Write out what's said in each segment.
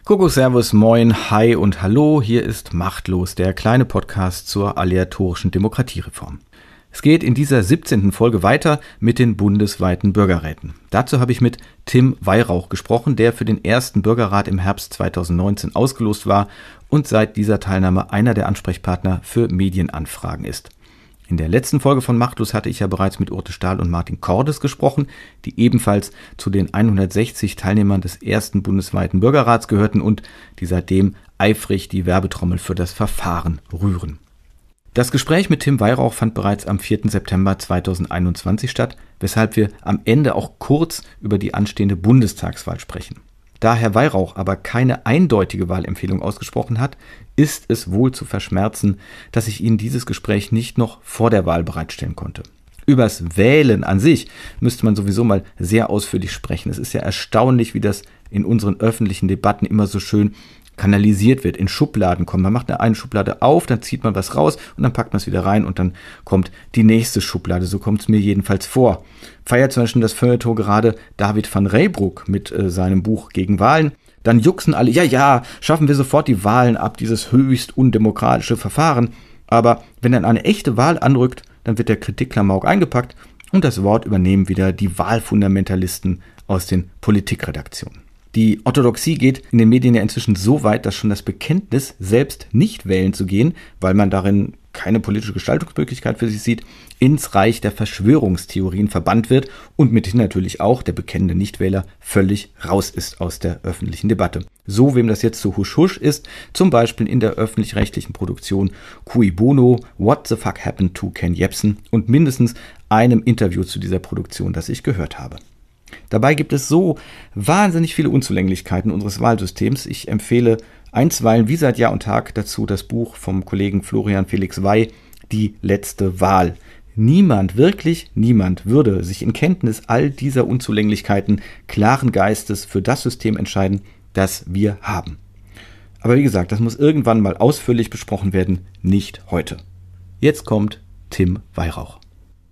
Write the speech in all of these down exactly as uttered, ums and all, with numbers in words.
Kuckuck, Servus, Moin, Hi und Hallo, hier ist Machtlos, der kleine Podcast zur aleatorischen Demokratiereform. Es geht in dieser siebzehnten Folge weiter mit den bundesweiten Bürgerräten. Dazu habe ich mit Tim Weihrauch gesprochen, der für den ersten Bürgerrat im Herbst zweitausendneunzehn ausgelost war und seit dieser Teilnahme einer der Ansprechpartner für Medienanfragen ist. In der letzten Folge von Machtlos hatte ich ja bereits mit Urte Stahl und Martin Cordes gesprochen, die ebenfalls zu den hundertsechzig Teilnehmern des ersten bundesweiten Bürgerrats gehörten und die seitdem eifrig die Werbetrommel für das Verfahren rühren. Das Gespräch mit Tim Weihrauch fand bereits am vierten September zweitausendeinundzwanzig statt, weshalb wir am Ende auch kurz über die anstehende Bundestagswahl sprechen. Da Herr Weihrauch aber keine eindeutige Wahlempfehlung ausgesprochen hat, ist es wohl zu verschmerzen, dass ich Ihnen dieses Gespräch nicht noch vor der Wahl bereitstellen konnte. Übers Wählen an sich müsste man sowieso mal sehr ausführlich sprechen. Es ist ja erstaunlich, wie das in unseren öffentlichen Debatten immer so schön kanalisiert wird, in Schubladen kommt. Man macht eine Schublade auf, dann zieht man was raus und dann packt man es wieder rein und dann kommt die nächste Schublade. So kommt es mir jedenfalls vor. Feiert zum Beispiel das Feuilleton gerade David van Reybrouck mit äh, seinem Buch gegen Wahlen. Dann juchsen alle, ja, ja, schaffen wir sofort die Wahlen ab, dieses höchst undemokratische Verfahren. Aber wenn dann eine echte Wahl anrückt, dann wird der Kritikklamauk eingepackt und das Wort übernehmen wieder die Wahlfundamentalisten aus den Politikredaktionen. Die Orthodoxie geht in den Medien ja inzwischen so weit, dass schon das Bekenntnis, selbst nicht wählen zu gehen, weil man darin keine politische Gestaltungsmöglichkeit für sich sieht, ins Reich der Verschwörungstheorien verbannt wird und mithin natürlich auch der bekennende Nichtwähler völlig raus ist aus der öffentlichen Debatte. So wem das jetzt zu husch husch ist, zum Beispiel in der öffentlich-rechtlichen Produktion Cui Bono, What the Fuck Happened to Ken Jebsen und mindestens einem Interview zu dieser Produktion, das ich gehört habe. Dabei gibt es so wahnsinnig viele Unzulänglichkeiten unseres Wahlsystems. Ich empfehle einstweilen wie seit Jahr und Tag dazu das Buch vom Kollegen Florian Felix Wey, Die letzte Wahl. Niemand, wirklich niemand, würde sich in Kenntnis all dieser Unzulänglichkeiten klaren Geistes für das System entscheiden, das wir haben. Aber wie gesagt, das muss irgendwann mal ausführlich besprochen werden, nicht heute. Jetzt kommt Tim Weihrauch.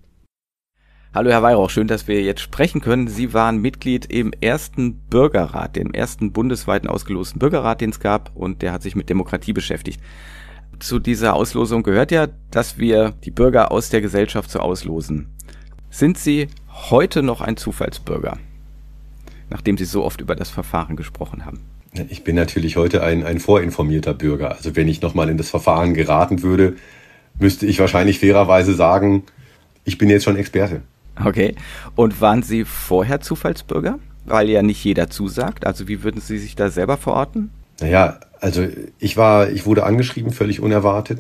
Hallo Herr Weihrauch, schön, dass wir jetzt sprechen können. Sie waren Mitglied im ersten Bürgerrat, dem ersten bundesweiten ausgelosten Bürgerrat, den es gab, und der hat sich mit Demokratie beschäftigt. Zu dieser Auslosung gehört ja, dass wir die Bürger aus der Gesellschaft so auslosen. Sind Sie heute noch ein Zufallsbürger, nachdem Sie so oft über das Verfahren gesprochen haben? Ich bin natürlich heute ein, ein vorinformierter Bürger. Also wenn ich nochmal in das Verfahren geraten würde, müsste ich wahrscheinlich fairerweise sagen, ich bin jetzt schon Experte. Okay. Und waren Sie vorher Zufallsbürger? Weil ja nicht jeder zusagt. Also wie würden Sie sich da selber verorten? Naja, also ich war, ich wurde angeschrieben, völlig unerwartet.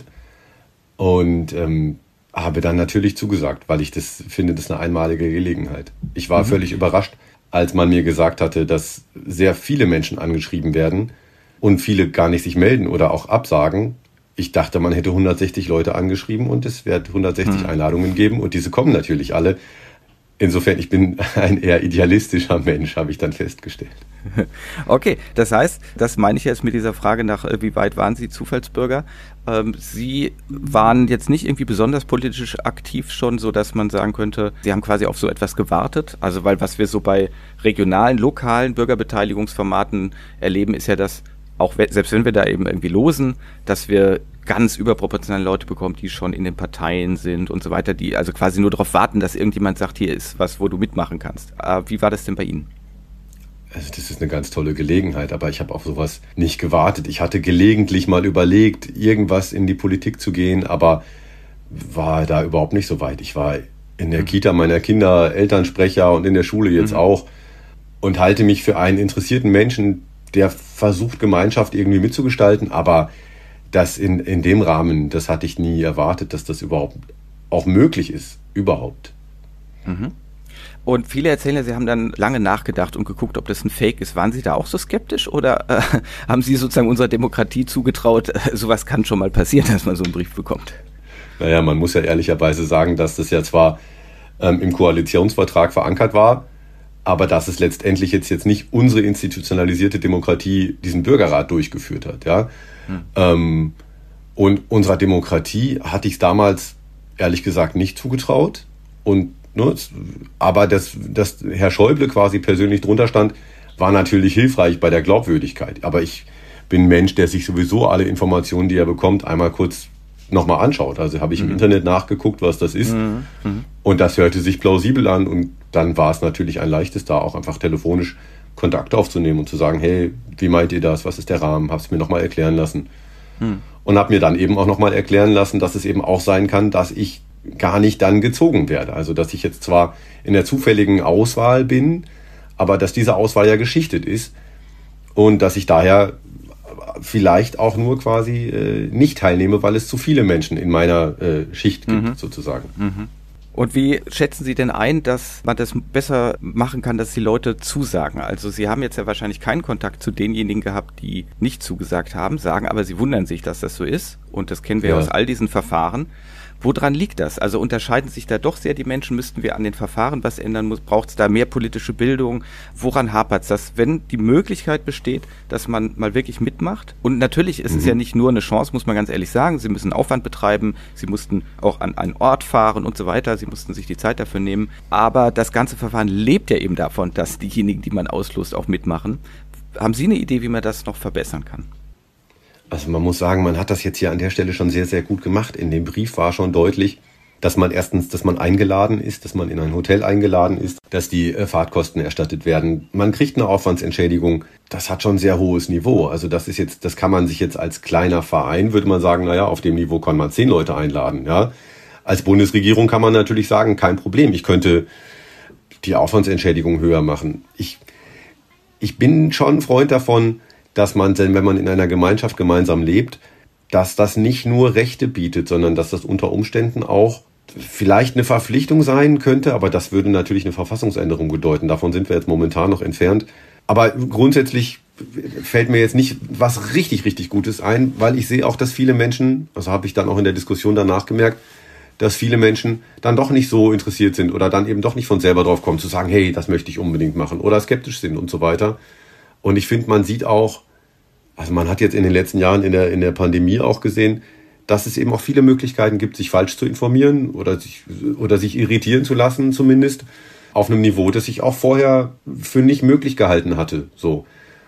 Und ähm, habe dann natürlich zugesagt, weil ich das finde, das ist eine einmalige Gelegenheit. Ich war mhm. völlig überrascht, als man mir gesagt hatte, dass sehr viele Menschen angeschrieben werden und viele gar nicht sich melden oder auch absagen. Ich dachte, man hätte hundertsechzig Leute angeschrieben und es wird hundertsechzig mhm. Einladungen geben und diese kommen natürlich alle. Insofern, ich bin ein eher idealistischer Mensch, habe ich dann festgestellt. Okay, das heißt, das meine ich jetzt mit dieser Frage nach, wie weit waren Sie Zufallsbürger? Ähm, Sie waren jetzt nicht irgendwie besonders politisch aktiv schon, so dass man sagen könnte, Sie haben quasi auf so etwas gewartet. Also weil was wir so bei regionalen, lokalen Bürgerbeteiligungsformaten erleben, ist ja, dass auch selbst wenn wir da eben irgendwie losen, dass wir ganz überproportionale Leute bekommen, die schon in den Parteien sind und so weiter, die also quasi nur darauf warten, dass irgendjemand sagt, hier ist was, wo du mitmachen kannst. Wie war das denn bei Ihnen? Also das ist eine ganz tolle Gelegenheit, aber ich habe auf sowas nicht gewartet. Ich hatte gelegentlich mal überlegt, irgendwas in die Politik zu gehen, aber war da überhaupt nicht so weit. Ich war in der Kita meiner Kinder Elternsprecher und in der Schule jetzt mhm. auch und halte mich für einen interessierten Menschen, der versucht, Gemeinschaft irgendwie mitzugestalten, aber das in, in dem Rahmen, das hatte ich nie erwartet, dass das überhaupt auch möglich ist, überhaupt. Mhm. Und viele erzählen ja, Sie haben dann lange nachgedacht und geguckt, ob das ein Fake ist. Waren Sie da auch so skeptisch oder äh, haben Sie sozusagen unserer Demokratie zugetraut, äh, sowas kann schon mal passieren, dass man so einen Brief bekommt? Naja, man muss ja ehrlicherweise sagen, dass das ja zwar ähm, im Koalitionsvertrag verankert war, aber dass es letztendlich jetzt, jetzt nicht unsere institutionalisierte Demokratie diesen Bürgerrat durchgeführt hat. Ja? Hm. Ähm, und unserer Demokratie hatte ich es damals ehrlich gesagt nicht zugetraut. Und, ne, aber dass, dass Herr Schäuble quasi persönlich drunter stand, war natürlich hilfreich bei der Glaubwürdigkeit. Aber ich bin ein Mensch, der sich sowieso alle Informationen, die er bekommt, einmal kurz nochmal anschaut. Also habe ich mhm. im Internet nachgeguckt, was das ist. Mhm. Mhm. Und das hörte sich plausibel an. Und dann war es natürlich ein leichtes, da auch einfach telefonisch Kontakt aufzunehmen und zu sagen, hey, wie meint ihr das? Was ist der Rahmen? Habe es mir nochmal erklären lassen. Mhm. Und habe mir dann eben auch nochmal erklären lassen, dass es eben auch sein kann, dass ich gar nicht dann gezogen werde. Also dass ich jetzt zwar in der zufälligen Auswahl bin, aber dass diese Auswahl ja geschichtet ist und dass ich daher vielleicht auch nur quasi äh, nicht teilnehme, weil es zu viele Menschen in meiner äh, Schicht gibt, mhm. sozusagen. Mhm. Und wie schätzen Sie denn ein, dass man das besser machen kann, dass die Leute zusagen? Also Sie haben jetzt ja wahrscheinlich keinen Kontakt zu denjenigen gehabt, die nicht zugesagt haben, sagen aber, sie wundern sich, dass das so ist. Und das kennen wir ja aus all diesen Verfahren. Woran liegt das? Also unterscheiden sich da doch sehr die Menschen? Müssten wir an den Verfahren was ändern? Braucht es da mehr politische Bildung? Woran hapert es, dass, wenn die Möglichkeit besteht, dass man mal wirklich mitmacht? Und natürlich ist mhm. es ja nicht nur eine Chance, muss man ganz ehrlich sagen. Sie müssen Aufwand betreiben, Sie mussten auch an einen Ort fahren und so weiter. Sie mussten sich die Zeit dafür nehmen. Aber das ganze Verfahren lebt ja eben davon, dass diejenigen, die man auslost, auch mitmachen. Haben Sie eine Idee, wie man das noch verbessern kann? Also man muss sagen, man hat das jetzt hier an der Stelle schon sehr, sehr gut gemacht. In dem Brief war schon deutlich, dass man erstens, dass man eingeladen ist, dass man in ein Hotel eingeladen ist, dass die äh, Fahrtkosten erstattet werden. Man kriegt eine Aufwandsentschädigung. Das hat schon ein sehr hohes Niveau. Also das ist jetzt, das kann man sich jetzt als kleiner Verein, würde man sagen, naja, auf dem Niveau kann man zehn Leute einladen. Ja, als Bundesregierung kann man natürlich sagen, kein Problem. Ich könnte die Aufwandsentschädigung höher machen. Ich, ich bin schon ein Freund davon, dass man, wenn man in einer Gemeinschaft gemeinsam lebt, dass das nicht nur Rechte bietet, sondern dass das unter Umständen auch vielleicht eine Verpflichtung sein könnte, aber das würde natürlich eine Verfassungsänderung bedeuten. Davon sind wir jetzt momentan noch entfernt. Aber grundsätzlich fällt mir jetzt nicht was richtig, richtig Gutes ein, weil ich sehe auch, dass viele Menschen, also habe ich dann auch in der Diskussion danach gemerkt, dass viele Menschen dann doch nicht so interessiert sind oder dann eben doch nicht von selber drauf kommen, zu sagen, hey, das möchte ich unbedingt machen oder skeptisch sind und so weiter. Und ich finde, man sieht auch, also man hat jetzt in den letzten Jahren in der, in der Pandemie auch gesehen, dass es eben auch viele Möglichkeiten gibt, sich falsch zu informieren oder sich, oder sich irritieren zu lassen zumindest, auf einem Niveau, das ich auch vorher für nicht möglich gehalten hatte. So.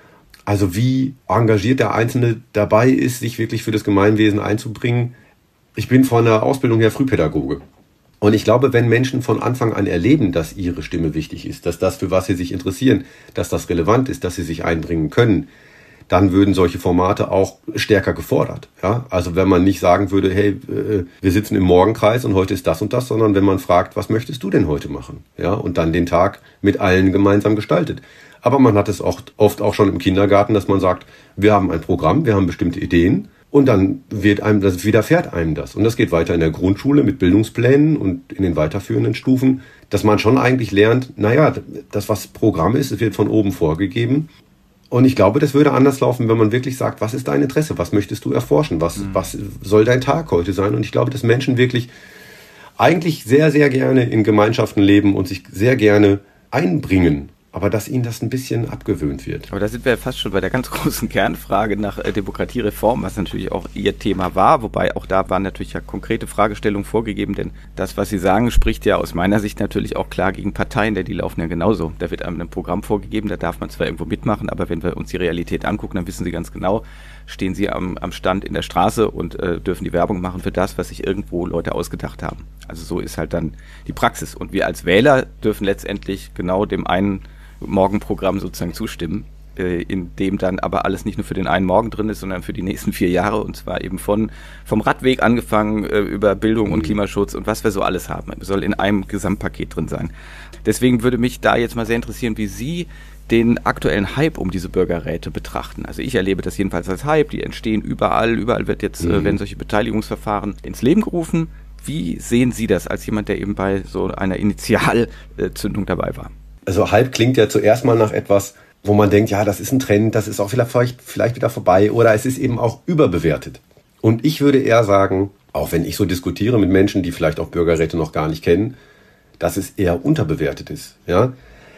Also wie engagiert der Einzelne dabei ist, sich wirklich für das Gemeinwesen einzubringen. Ich bin von der Ausbildung her Frühpädagoge. Und ich glaube, wenn Menschen von Anfang an erleben, dass ihre Stimme wichtig ist, dass das, für was sie sich interessieren, dass das relevant ist, dass sie sich einbringen können, dann würden solche Formate auch stärker gefordert. Ja? Also wenn man nicht sagen würde, hey, wir sitzen im Morgenkreis und heute ist das und das, sondern wenn man fragt, was möchtest du denn heute machen? Ja? Und dann den Tag mit allen gemeinsam gestaltet. Aber man hat es auch oft auch schon im Kindergarten, dass man sagt, wir haben ein Programm, wir haben bestimmte Ideen und dann wird einem, das widerfährt einem das. Und das geht weiter in der Grundschule mit Bildungsplänen und in den weiterführenden Stufen, dass man schon eigentlich lernt, naja, das, was Programm ist, es wird von oben vorgegeben. Und ich glaube, das würde anders laufen, wenn man wirklich sagt, was ist dein Interesse, was möchtest du erforschen, was, mhm. was soll dein Tag heute sein? Und ich glaube, dass Menschen wirklich eigentlich sehr, sehr gerne in Gemeinschaften leben und sich sehr gerne einbringen, aber dass ihnen das ein bisschen abgewöhnt wird. Aber da sind wir fast schon bei der ganz großen Kernfrage nach äh, Demokratiereform, was natürlich auch Ihr Thema war, wobei auch da waren natürlich ja konkrete Fragestellungen vorgegeben, denn das, was Sie sagen, spricht ja aus meiner Sicht natürlich auch klar gegen Parteien, denn die laufen ja genauso. Da wird einem ein Programm vorgegeben, da darf man zwar irgendwo mitmachen, aber wenn wir uns die Realität angucken, dann wissen Sie ganz genau, stehen Sie am, am Stand in der Straße und äh, dürfen die Werbung machen für das, was sich irgendwo Leute ausgedacht haben. Also so ist halt dann die Praxis. Und wir als Wähler dürfen letztendlich genau dem einen Morgenprogramm sozusagen zustimmen, äh, in dem dann aber alles nicht nur für den einen Morgen drin ist, sondern für die nächsten vier Jahre und zwar eben von vom Radweg angefangen äh, über Bildung und Klimaschutz und was wir so alles haben. Es soll in einem Gesamtpaket drin sein. Deswegen würde mich da jetzt mal sehr interessieren, wie Sie den aktuellen Hype um diese Bürgerräte betrachten. Also ich erlebe das jedenfalls als Hype, die entstehen überall, überall wird jetzt, mhm. äh, werden solche Beteiligungsverfahren ins Leben gerufen. Wie sehen Sie das als jemand, der eben bei so einer Initialzündung dabei war? Also Hype klingt ja zuerst mal nach etwas, wo man denkt, ja, das ist ein Trend, das ist auch vielleicht, vielleicht wieder vorbei oder es ist eben auch überbewertet. Und ich würde eher sagen, auch wenn ich so diskutiere mit Menschen, die vielleicht auch Bürgerräte noch gar nicht kennen, dass es eher unterbewertet ist. Ja?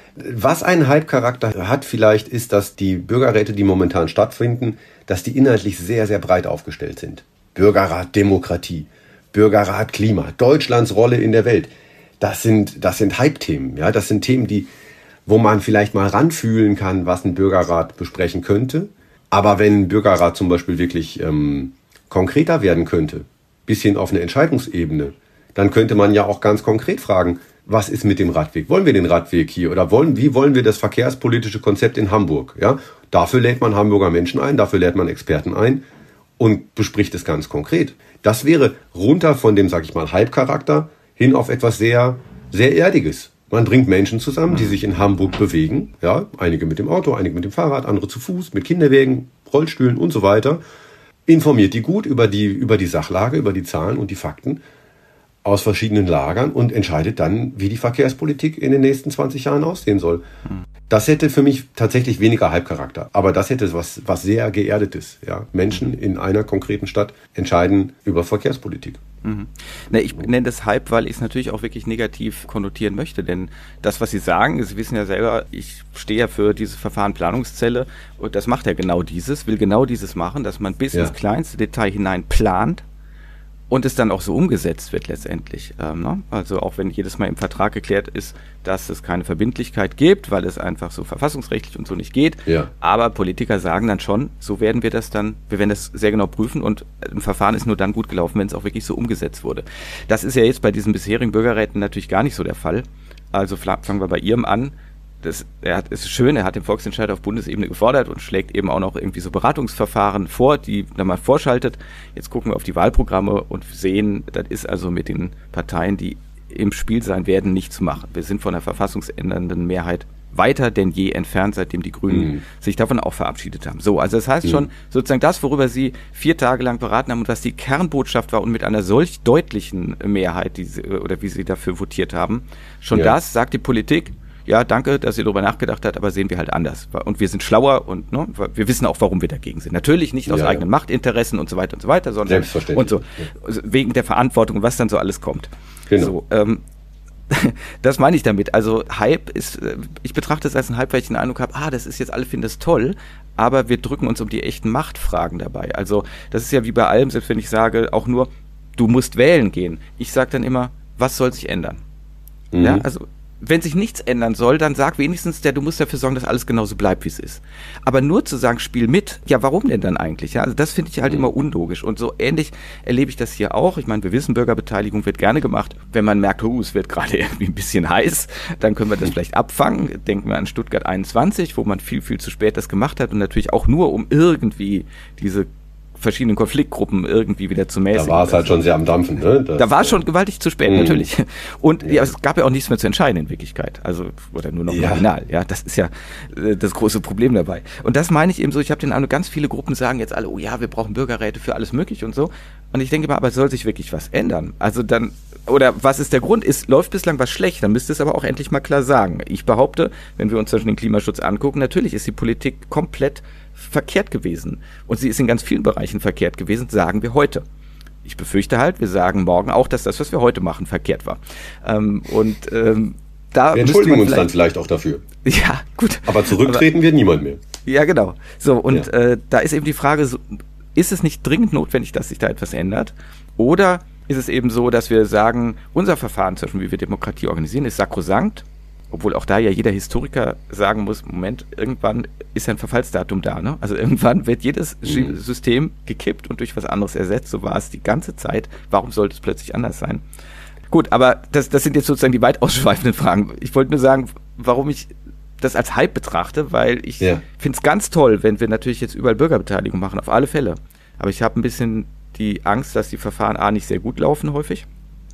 Was einen Hype-Charakter hat vielleicht, ist, dass die Bürgerräte, die momentan stattfinden, dass die inhaltlich sehr, sehr breit aufgestellt sind. Bürgerrat Demokratie, Bürgerrat Klima, Deutschlands Rolle in der Welt. Das sind, das sind Hype-Themen. Ja? Das sind Themen, die wo man vielleicht mal ranfühlen kann, was ein Bürgerrat besprechen könnte. Aber wenn ein Bürgerrat zum Beispiel wirklich ähm, konkreter werden könnte, bis hin auf eine Entscheidungsebene, dann könnte man ja auch ganz konkret fragen, was ist mit dem Radweg? Wollen wir den Radweg hier oder wollen, wie wollen wir das verkehrspolitische Konzept in Hamburg? Ja, dafür lädt man Hamburger Menschen ein, dafür lädt man Experten ein und bespricht es ganz konkret. Das wäre runter von dem, sag ich mal, Hype-Charakter hin auf etwas sehr, sehr Erdiges. Man bringt Menschen zusammen, die sich in Hamburg bewegen, ja, einige mit dem Auto, einige mit dem Fahrrad, andere zu Fuß, mit Kinderwägen, Rollstühlen und so weiter. Informiert die gut über die, über die Sachlage, über die Zahlen und die Fakten aus verschiedenen Lagern und entscheidet dann, wie die Verkehrspolitik in den nächsten zwanzig Jahren aussehen soll. Das hätte für mich tatsächlich weniger Hype-Charakter, aber das hätte was, was sehr Geerdetes. Ja? Menschen in einer konkreten Stadt entscheiden über Verkehrspolitik. Mhm. Ne, ich nenne das Hype, weil ich es natürlich auch wirklich negativ konnotieren möchte, denn das, was Sie sagen, Sie wissen ja selber, ich stehe ja für diese Verfahrenplanungszelle und das macht ja genau dieses, will genau dieses machen, dass man bis ja. ins kleinste Detail hinein plant und es dann auch so umgesetzt wird letztendlich. Ähm, ne? Also auch wenn jedes Mal im Vertrag geklärt ist, dass es keine Verbindlichkeit gibt, weil es einfach so verfassungsrechtlich und so nicht geht. Ja. Aber Politiker sagen dann schon, so werden wir das dann, wir werden das sehr genau prüfen und ein Verfahren ist nur dann gut gelaufen, wenn es auch wirklich so umgesetzt wurde. Das ist ja jetzt bei diesen bisherigen Bürgerräten natürlich gar nicht so der Fall. Also fangen wir bei Ihrem an. Das, er hat, es ist schön, er hat den Volksentscheid auf Bundesebene gefordert und schlägt eben auch noch irgendwie so Beratungsverfahren vor, die dann mal vorschaltet. Jetzt gucken wir auf die Wahlprogramme und sehen, das ist also mit den Parteien, die im Spiel sein werden, nicht zu machen. Wir sind von der verfassungsändernden Mehrheit weiter denn je entfernt, seitdem die Grünen mhm. sich davon auch verabschiedet haben. So, also das heißt mhm. schon, sozusagen das, worüber Sie vier Tage lang beraten haben und was die Kernbotschaft war und mit einer solch deutlichen Mehrheit, die Sie, oder wie Sie dafür votiert haben, schon ja. das sagt die Politik, ja, danke, dass ihr darüber nachgedacht habt, aber sehen wir halt anders. Und wir sind schlauer und ne, wir wissen auch, warum wir dagegen sind. Natürlich nicht aus ja, eigenen ja. Machtinteressen und so weiter und so weiter, sondern Selbstverständlich. Und so, also wegen der Verantwortung, was dann so alles kommt. Genau. So, ähm, das meine ich damit. Also Hype ist, ich betrachte es als ein Hype, weil ich den Eindruck habe, ah, das ist jetzt, alle finden das toll, aber wir drücken uns um die echten Machtfragen dabei. Also das ist ja wie bei allem, selbst wenn ich sage, auch nur, du musst wählen gehen. Ich sage dann immer, was soll sich ändern? Mhm. Ja, also wenn sich nichts ändern soll, dann sag wenigstens, der, du musst dafür sorgen, dass alles genauso bleibt, wie es ist. Aber nur zu sagen, spiel mit, ja, warum denn dann eigentlich? Ja, also das finde ich halt mhm. immer unlogisch. Und so ähnlich erlebe ich das hier auch. Ich meine, wir wissen, Bürgerbeteiligung wird gerne gemacht. Wenn man merkt, oh, es wird gerade irgendwie ein bisschen heiß, dann können wir das vielleicht abfangen. Denken wir an Stuttgart einundzwanzig, wo man viel, viel zu spät das gemacht hat und natürlich auch nur, um irgendwie diese verschiedenen Konfliktgruppen irgendwie wieder zu mäßigen. Da war es halt schon sehr am Dampfen, ne? Das, da war es schon gewaltig zu spät, mh. natürlich. Und ja. ja, es gab ja auch nichts mehr zu entscheiden in Wirklichkeit. Also, oder nur noch ja. marginal. Ja, das ist ja äh, das große Problem dabei. Und das meine ich eben so, ich habe den Eindruck, ganz viele Gruppen sagen jetzt alle, oh ja, wir brauchen Bürgerräte für alles Mögliche und so. Und ich denke mal, aber soll sich wirklich was ändern? Also dann, oder was ist der Grund? Ist, läuft bislang was schlecht? Dann müsste es aber auch endlich mal klar sagen. Ich behaupte, wenn wir uns zum Beispiel den Klimaschutz angucken, natürlich ist die Politik komplett verkehrt gewesen. Und sie ist in ganz vielen Bereichen verkehrt gewesen, sagen wir heute. Ich befürchte halt, wir sagen morgen auch, dass das, was wir heute machen, verkehrt war. Ähm, und ähm, da wir entschuldigen uns dann vielleicht auch dafür. Ja, gut. Aber zurücktreten aber, wird niemand mehr. Ja, genau. So, und ja. äh, da ist eben die Frage, so, ist es nicht dringend notwendig, dass sich da etwas ändert? Oder ist es eben so, dass wir sagen, unser Verfahren, zum Beispiel, wie wir Demokratie organisieren, ist sakrosankt, obwohl auch da ja jeder Historiker sagen muss, Moment, irgendwann ist ja ein Verfallsdatum da, ne? Also irgendwann wird jedes mhm. System gekippt und durch was anderes ersetzt. So war es die ganze Zeit. Warum sollte es plötzlich anders sein? Gut, aber das, das sind jetzt sozusagen die weit ausschweifenden Fragen. Ich wollte nur sagen, warum ich das als Hype betrachte, weil ich ja. finde es ganz toll, wenn wir natürlich jetzt überall Bürgerbeteiligung machen, auf alle Fälle. Aber ich habe ein bisschen die Angst, dass die Verfahren A nicht sehr gut laufen häufig.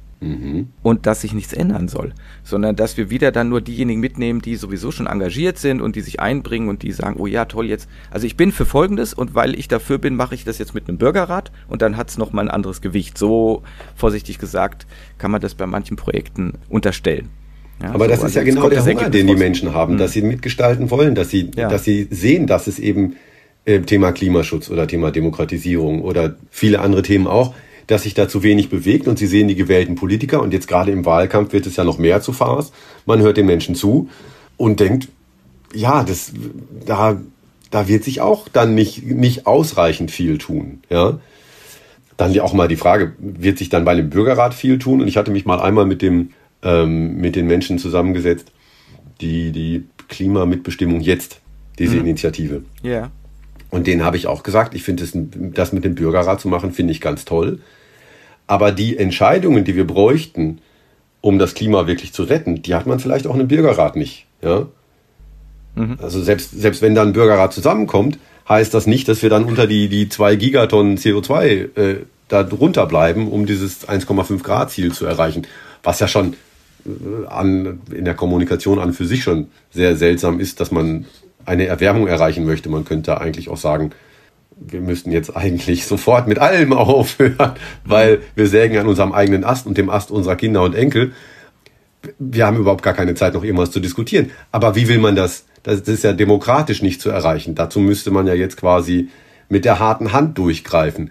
Mhm. Und dass sich nichts ändern soll, sondern dass wir wieder dann nur diejenigen mitnehmen, die sowieso schon engagiert sind und die sich einbringen und die sagen, oh ja, toll, jetzt, also ich bin für Folgendes und weil ich dafür bin, mache ich das jetzt mit einem Bürgerrat und dann hat es nochmal ein anderes Gewicht. So vorsichtig gesagt kann man das bei manchen Projekten unterstellen. Ja, aber so, das ist also ja genau der Hunger, den die Menschen haben, mhm. dass sie mitgestalten wollen, dass sie, ja. dass sie sehen, dass es eben äh, Thema Klimaschutz oder Thema Demokratisierung oder viele andere Themen auch, dass sich da zu wenig bewegt und sie sehen die gewählten Politiker und jetzt gerade im Wahlkampf wird es ja noch mehr zu Farce. Man hört den Menschen zu und denkt, ja, das, da, da wird sich auch dann nicht, nicht ausreichend viel tun, ja. Dann ja auch mal die Frage, wird sich dann bei dem Bürgerrat viel tun? Und ich hatte mich mal einmal mit dem, ähm, mit den Menschen zusammengesetzt, die, die Klimamitbestimmung jetzt, diese mhm. Initiative. Ja. Yeah. Und denen habe ich auch gesagt, ich finde das, das mit dem Bürgerrat zu machen, finde ich ganz toll. Aber die Entscheidungen, die wir bräuchten, um das Klima wirklich zu retten, die hat man vielleicht auch in einem Bürgerrat nicht. Ja? Mhm. Also selbst, selbst wenn dann ein Bürgerrat zusammenkommt, heißt das nicht, dass wir dann unter die, die zwei Gigatonnen C O zwei äh, da drunter bleiben, um dieses eins Komma fünf Grad Ziel zu erreichen. Was ja schon äh, an, in der Kommunikation an für sich schon sehr seltsam ist, dass man eine Erwärmung erreichen möchte. Man könnte eigentlich auch sagen, wir müssten jetzt eigentlich sofort mit allem aufhören, weil wir sägen an unserem eigenen Ast und dem Ast unserer Kinder und Enkel. Wir haben überhaupt gar keine Zeit, noch irgendwas zu diskutieren. Aber wie will man das? Das ist ja demokratisch nicht zu erreichen. Dazu müsste man ja jetzt quasi mit der harten Hand durchgreifen.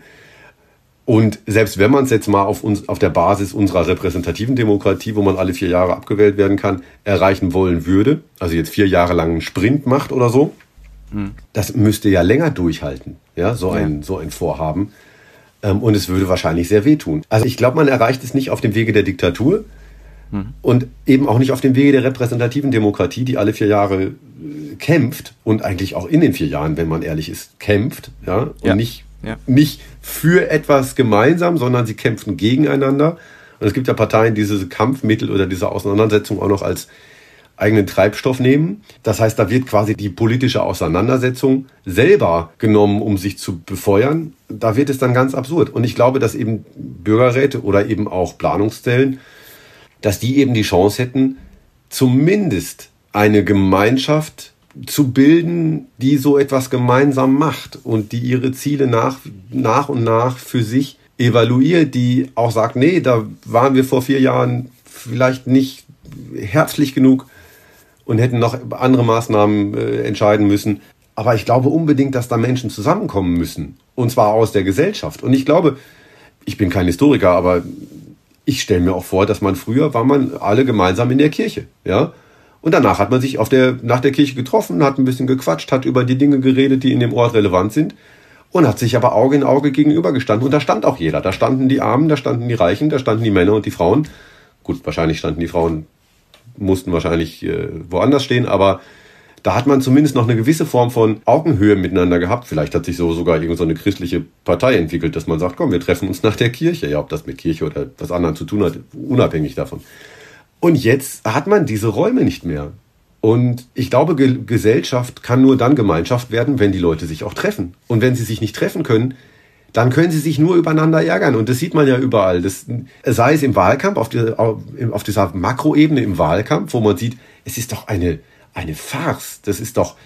Und selbst wenn man es jetzt mal auf uns, auf der Basis unserer repräsentativen Demokratie, wo man alle vier Jahre abgewählt werden kann, erreichen wollen würde, also jetzt vier Jahre lang einen Sprint macht oder so, hm. das müsste ja länger durchhalten, ja, so ja. ein, so ein Vorhaben. Ähm, und es würde wahrscheinlich sehr wehtun. Also ich glaube, man erreicht es nicht auf dem Wege der Diktatur hm. und eben auch nicht auf dem Wege der repräsentativen Demokratie, die alle vier Jahre äh, kämpft und eigentlich auch in den vier Jahren, wenn man ehrlich ist, kämpft, ja, und ja. nicht Ja. Nicht für etwas gemeinsam, sondern sie kämpfen gegeneinander. Und es gibt ja Parteien, die diese Kampfmittel oder diese Auseinandersetzung auch noch als eigenen Treibstoff nehmen. Das heißt, da wird quasi die politische Auseinandersetzung selber genommen, um sich zu befeuern. Da wird es dann ganz absurd. Und ich glaube, dass eben Bürgerräte oder eben auch Planungszellen, dass die eben die Chance hätten, zumindest eine Gemeinschaft zu bilden, die so etwas gemeinsam macht und die ihre Ziele nach, nach und nach für sich evaluiert, die auch sagt, nee, da waren wir vor vier Jahren vielleicht nicht herzlich genug und hätten noch andere Maßnahmen äh, entscheiden müssen. Aber ich glaube unbedingt, dass da Menschen zusammenkommen müssen. Und zwar aus der Gesellschaft. Und ich glaube, ich bin kein Historiker, aber ich stelle mir auch vor, dass man früher war man alle gemeinsam in der Kirche, ja. Und danach hat man sich auf der, nach der Kirche getroffen, hat ein bisschen gequatscht, hat über die Dinge geredet, die in dem Ort relevant sind und hat sich aber Auge in Auge gegenübergestanden. Und da stand auch jeder. Da standen die Armen, da standen die Reichen, da standen die Männer und die Frauen. Gut, wahrscheinlich standen die Frauen, mussten wahrscheinlich äh, woanders stehen, aber da hat man zumindest noch eine gewisse Form von Augenhöhe miteinander gehabt. Vielleicht hat sich so sogar irgend so eine christliche Partei entwickelt, dass man sagt, komm, wir treffen uns nach der Kirche. Ja, ob das mit Kirche oder was anderem zu tun hat, unabhängig davon. Und jetzt hat man diese Räume nicht mehr. Und ich glaube, Ge- Gesellschaft kann nur dann Gemeinschaft werden, wenn die Leute sich auch treffen. Und wenn sie sich nicht treffen können, dann können sie sich nur übereinander ärgern. Und das sieht man ja überall. Das, sei es im Wahlkampf, auf, die, auf dieser Makroebene im Wahlkampf, wo man sieht, es ist doch eine, eine Farce. Das ist doch,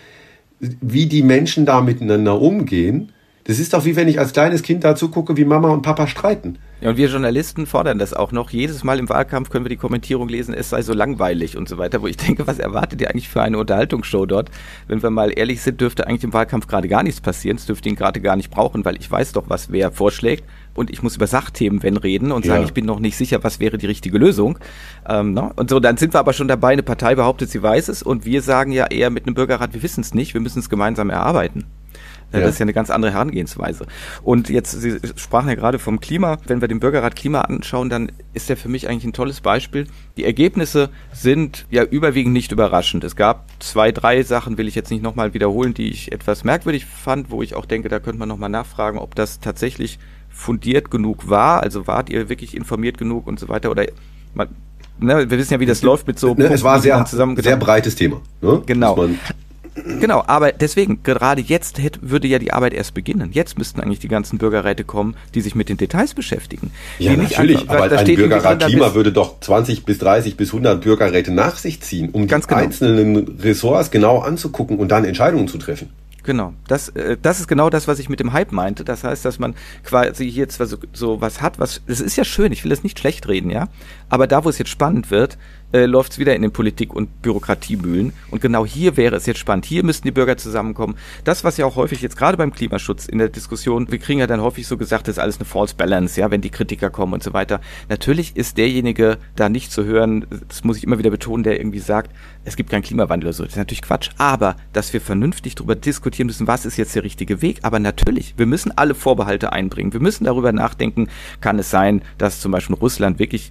wie die Menschen da miteinander umgehen. Das ist doch wie wenn ich als kleines Kind dazu gucke, wie Mama und Papa streiten. Ja, und wir Journalisten fordern das auch noch. Jedes Mal im Wahlkampf können wir die Kommentierung lesen, es sei so langweilig und so weiter, wo ich denke, was erwartet ihr eigentlich für eine Unterhaltungsshow dort? Wenn wir mal ehrlich sind, dürfte eigentlich im Wahlkampf gerade gar nichts passieren. Es dürfte ihn gerade gar nicht brauchen, weil ich weiß doch, was wer vorschlägt. Und ich muss über Sachthemen, wenn reden und sagen, ja. ich bin noch nicht sicher, was wäre die richtige Lösung. Ähm, ne? Und so, dann sind wir aber schon dabei, eine Partei behauptet, sie weiß es. Und wir sagen ja eher mit einem Bürgerrat, wir wissen es nicht, wir müssen es gemeinsam erarbeiten. Ja. Das ist ja eine ganz andere Herangehensweise. Und jetzt, Sie sprachen ja gerade vom Klima. Wenn wir den Bürgerrat Klima anschauen, dann ist der für mich eigentlich ein tolles Beispiel. Die Ergebnisse sind ja überwiegend nicht überraschend. Es gab zwei, drei Sachen, will ich jetzt nicht nochmal wiederholen, die ich etwas merkwürdig fand, wo ich auch denke, da könnte man nochmal nachfragen, ob das tatsächlich fundiert genug war. Also wart ihr wirklich informiert genug und so weiter? Oder man, ne, wir wissen ja, wie das läuft mit so... Ne, es war sehr, sehr breites Thema. Ne? Genau. Genau, aber deswegen, gerade jetzt hätte, würde ja die Arbeit erst beginnen. Jetzt müssten eigentlich die ganzen Bürgerräte kommen, die sich mit den Details beschäftigen. Ja, natürlich, einfach, aber ein Bürgerrat Klima würde doch zwanzig bis dreißig bis hundert Bürgerräte nach sich ziehen, um die genau. einzelnen Ressorts genau anzugucken und dann Entscheidungen zu treffen. Genau, das, äh, das ist genau das, was ich mit dem Hype meinte. Das heißt, dass man quasi hier zwar so, so was hat, was, das ist ja schön, ich will das nicht schlecht reden, ja, aber da, wo es jetzt spannend wird, äh, läuft es wieder in den Politik- und Bürokratiemühlen. Und genau hier wäre es jetzt spannend. Hier müssten die Bürger zusammenkommen. Das, was ja auch häufig jetzt gerade beim Klimaschutz in der Diskussion, wir kriegen ja dann häufig so gesagt, das ist alles eine False Balance, ja, wenn die Kritiker kommen und so weiter. Natürlich ist derjenige da nicht zu hören, das muss ich immer wieder betonen, der irgendwie sagt, es gibt keinen Klimawandel oder so. Das ist natürlich Quatsch. Aber, dass wir vernünftig darüber diskutieren müssen, was ist jetzt der richtige Weg. Aber natürlich, wir müssen alle Vorbehalte einbringen. Wir müssen darüber nachdenken, kann es sein, dass zum Beispiel Russland wirklich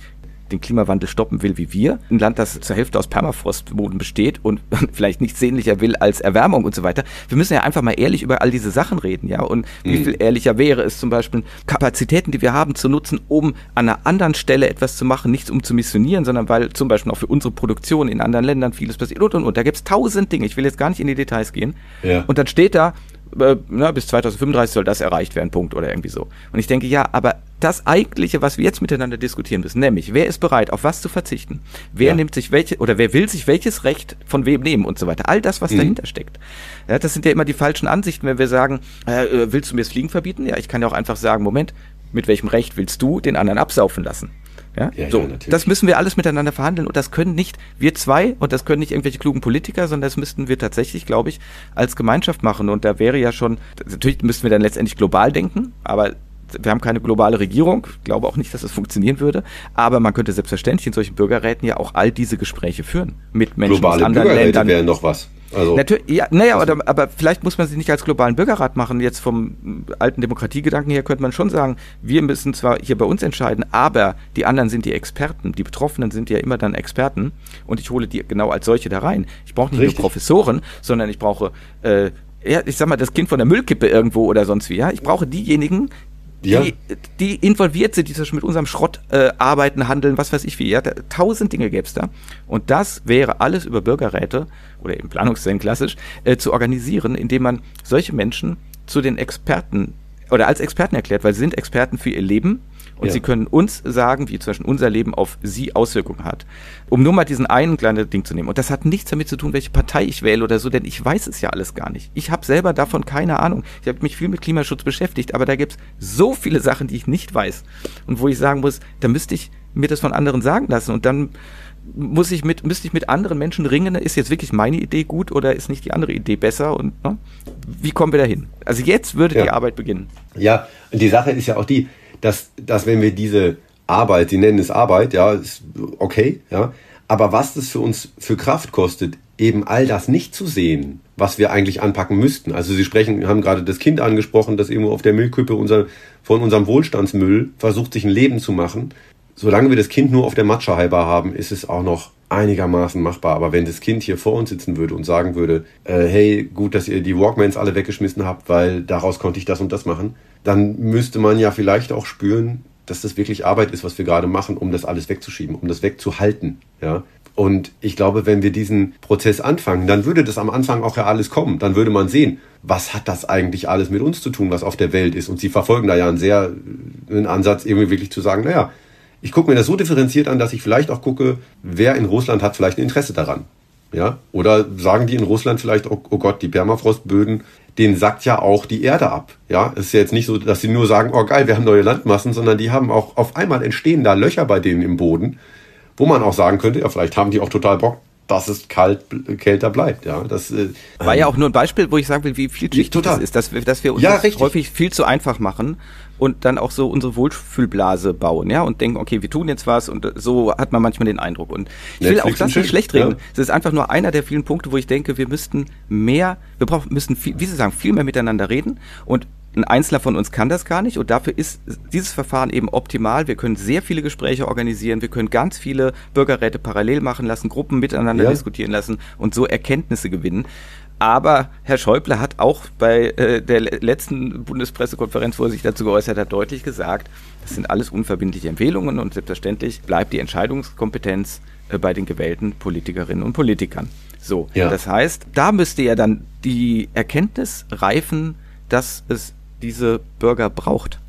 den Klimawandel stoppen will wie wir. Ein Land, das zur Hälfte aus Permafrostboden besteht und vielleicht nichts sehnlicher will als Erwärmung und so weiter. Wir müssen ja einfach mal ehrlich über all diese Sachen reden, ja. Und mhm. wie viel ehrlicher wäre es zum Beispiel, Kapazitäten, die wir haben, zu nutzen, um an einer anderen Stelle etwas zu machen, nichts um zu missionieren, sondern weil zum Beispiel auch für unsere Produktion in anderen Ländern vieles passiert und und und. Da gibt es tausend Dinge. Ich will jetzt gar nicht in die Details gehen. Ja. Und dann steht da, äh, na, bis zweitausendfünfunddreißig soll das erreicht werden, Punkt oder irgendwie so. Und ich denke, ja, aber das Eigentliche, was wir jetzt miteinander diskutieren müssen, nämlich, wer ist bereit, auf was zu verzichten? Wer ja. nimmt sich welche, oder wer will sich welches Recht von wem nehmen und so weiter? All das, was mhm. dahinter steckt. Ja, das sind ja immer die falschen Ansichten, wenn wir sagen, äh, willst du mir das Fliegen verbieten? Ja, ich kann ja auch einfach sagen, Moment, mit welchem Recht willst du den anderen absaufen lassen? Ja, ja, so, ja, das müssen wir alles miteinander verhandeln und das können nicht wir zwei und das können nicht irgendwelche klugen Politiker, sondern das müssten wir tatsächlich, glaube ich, als Gemeinschaft machen und da wäre ja schon, natürlich müssten wir dann letztendlich global denken, aber wir haben keine globale Regierung, ich glaube auch nicht, dass das funktionieren würde, aber man könnte selbstverständlich in solchen Bürgerräten ja auch all diese Gespräche führen mit Menschen globale aus anderen Bürgerräte Ländern. Wäre noch was. Also, Natürlich, ja, naja, aber, aber vielleicht muss man sie nicht als globalen Bürgerrat machen. Jetzt vom alten Demokratiegedanken her könnte man schon sagen, wir müssen zwar hier bei uns entscheiden, aber die anderen sind die Experten. Die Betroffenen sind ja immer dann Experten und ich hole die genau als solche da rein. Ich brauche nicht Richtig. nur Professoren, sondern ich brauche, äh, ja, ich sag mal, das Kind von der Müllkippe irgendwo oder sonst wie. Ja, ich brauche diejenigen, Ja. Die, die involviert sind, die zum Beispiel mit unserem Schrott äh, arbeiten, handeln, was weiß ich wie. Ja, da, tausend Dinge gäbe es da. Und das wäre alles über Bürgerräte oder eben Planungszellen klassisch äh, zu organisieren, indem man solche Menschen zu den Experten oder als Experten erklärt, weil sie sind Experten für ihr Leben und ja. sie können uns sagen, wie zum Beispiel unser Leben auf sie Auswirkungen hat. Um nur mal diesen einen kleinen Ding zu nehmen. Und das hat nichts damit zu tun, welche Partei ich wähle oder so, denn ich weiß es ja alles gar nicht. Ich habe selber davon keine Ahnung. Ich habe mich viel mit Klimaschutz beschäftigt, aber da gibt es so viele Sachen, die ich nicht weiß. Und wo ich sagen muss, da müsste ich mir das von anderen sagen lassen. Und dann muss ich mit, müsste ich mit anderen Menschen ringen, ist jetzt wirklich meine Idee gut oder ist nicht die andere Idee besser? Und ne? Wie kommen wir dahin? Also jetzt würde ja. die Arbeit beginnen. Ja, und die Sache ist ja auch die, dass, dass wenn wir diese Arbeit, Sie nennen es Arbeit, ja, ist okay, ja, aber was das für uns für Kraft kostet, eben all das nicht zu sehen, was wir eigentlich anpacken müssten. Also Sie sprechen, haben gerade das Kind angesprochen, das irgendwo auf der Müllkippe unser, von unserem Wohlstandsmüll versucht, sich ein Leben zu machen. Solange wir das Kind nur auf der Matscheibe haben, ist es auch noch einigermaßen machbar. Aber wenn das Kind hier vor uns sitzen würde und sagen würde, äh, hey, gut, dass ihr die Walkmans alle weggeschmissen habt, weil daraus konnte ich das und das machen, dann müsste man ja vielleicht auch spüren, dass das wirklich Arbeit ist, was wir gerade machen, um das alles wegzuschieben, um das wegzuhalten. Ja? Und ich glaube, wenn wir diesen Prozess anfangen, dann würde das am Anfang auch ja alles kommen. Dann würde man sehen, was hat das eigentlich alles mit uns zu tun, was auf der Welt ist. Und Sie verfolgen da ja einen sehr einen Ansatz, irgendwie wirklich zu sagen, naja, ich gucke mir das so differenziert an, dass ich vielleicht auch gucke, wer in Russland hat vielleicht ein Interesse daran. Ja? Oder sagen die in Russland vielleicht, oh, oh Gott, die Permafrostböden, denen sackt ja auch die Erde ab. Ja? Es ist ja jetzt nicht so, dass sie nur sagen, oh geil, wir haben neue Landmassen, sondern die haben auch, auf einmal entstehen da Löcher bei denen im Boden, wo man auch sagen könnte, ja, vielleicht haben die auch total Bock, dass es kalt, kälter bleibt. Ja, das äh, war ja auch nur ein Beispiel, wo ich sagen will, wie vielschichtig das ist, dass wir, dass wir uns ja, das häufig viel zu einfach machen und dann auch so unsere Wohlfühlblase bauen, ja, und denken, okay, wir tun jetzt was und so hat man manchmal den Eindruck. Und ich Netflix will auch das nicht schlecht reden. Es ja. ist einfach nur einer der vielen Punkte, wo ich denke, wir müssten mehr, wir brauchen, müssen viel, wie Sie sagen, viel mehr miteinander reden und ein Einzelner von uns kann das gar nicht und dafür ist dieses Verfahren eben optimal. Wir können sehr viele Gespräche organisieren, wir können ganz viele Bürgerräte parallel machen lassen, Gruppen miteinander ja. diskutieren lassen und so Erkenntnisse gewinnen. Aber Herr Schäuble hat auch bei äh, der letzten Bundespressekonferenz, wo er sich dazu geäußert hat, deutlich gesagt, das sind alles unverbindliche Empfehlungen und selbstverständlich bleibt die Entscheidungskompetenz äh, bei den gewählten Politikerinnen und Politikern. So, ja. Das heißt, da müsste ja dann die Erkenntnis reifen, dass es diese Bürger braucht,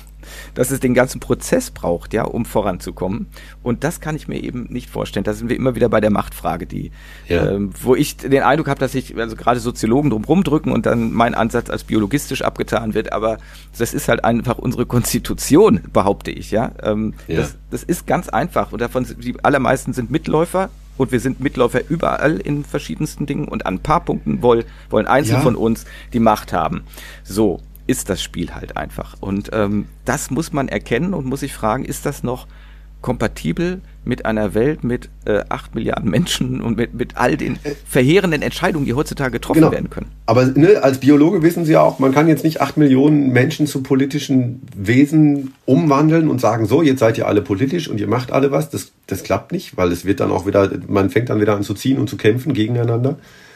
dass es den ganzen Prozess braucht, ja, um voranzukommen. Und das kann ich mir eben nicht vorstellen. Da sind wir immer wieder bei der Machtfrage, die, ja. ähm, wo ich den Eindruck habe, dass sich also gerade Soziologen drum rumdrücken und dann mein Ansatz als biologistisch abgetan wird. Aber das ist halt einfach unsere Konstitution, behaupte ich, ja. Ähm, ja. Das, das ist ganz einfach und davon sind, die allermeisten sind Mitläufer. Und wir sind Mitläufer überall in verschiedensten Dingen und an ein paar Punkten wollen, wollen Einzelne ja. von uns die Macht haben. So ist das Spiel halt einfach. Und ähm, das muss man erkennen und muss sich fragen, ist das noch kompatibel mit einer Welt mit äh, acht Milliarden Menschen und mit, mit all den verheerenden Entscheidungen, die heutzutage getroffen genau. werden können. Aber ne, als Biologe wissen Sie ja auch, man kann jetzt nicht acht Millionen Menschen zu politischen Wesen umwandeln und sagen, so, jetzt seid ihr alle politisch und ihr macht alle was. Das, das klappt nicht, weil es wird dann auch wieder, man fängt dann wieder an zu ziehen und zu kämpfen gegeneinander.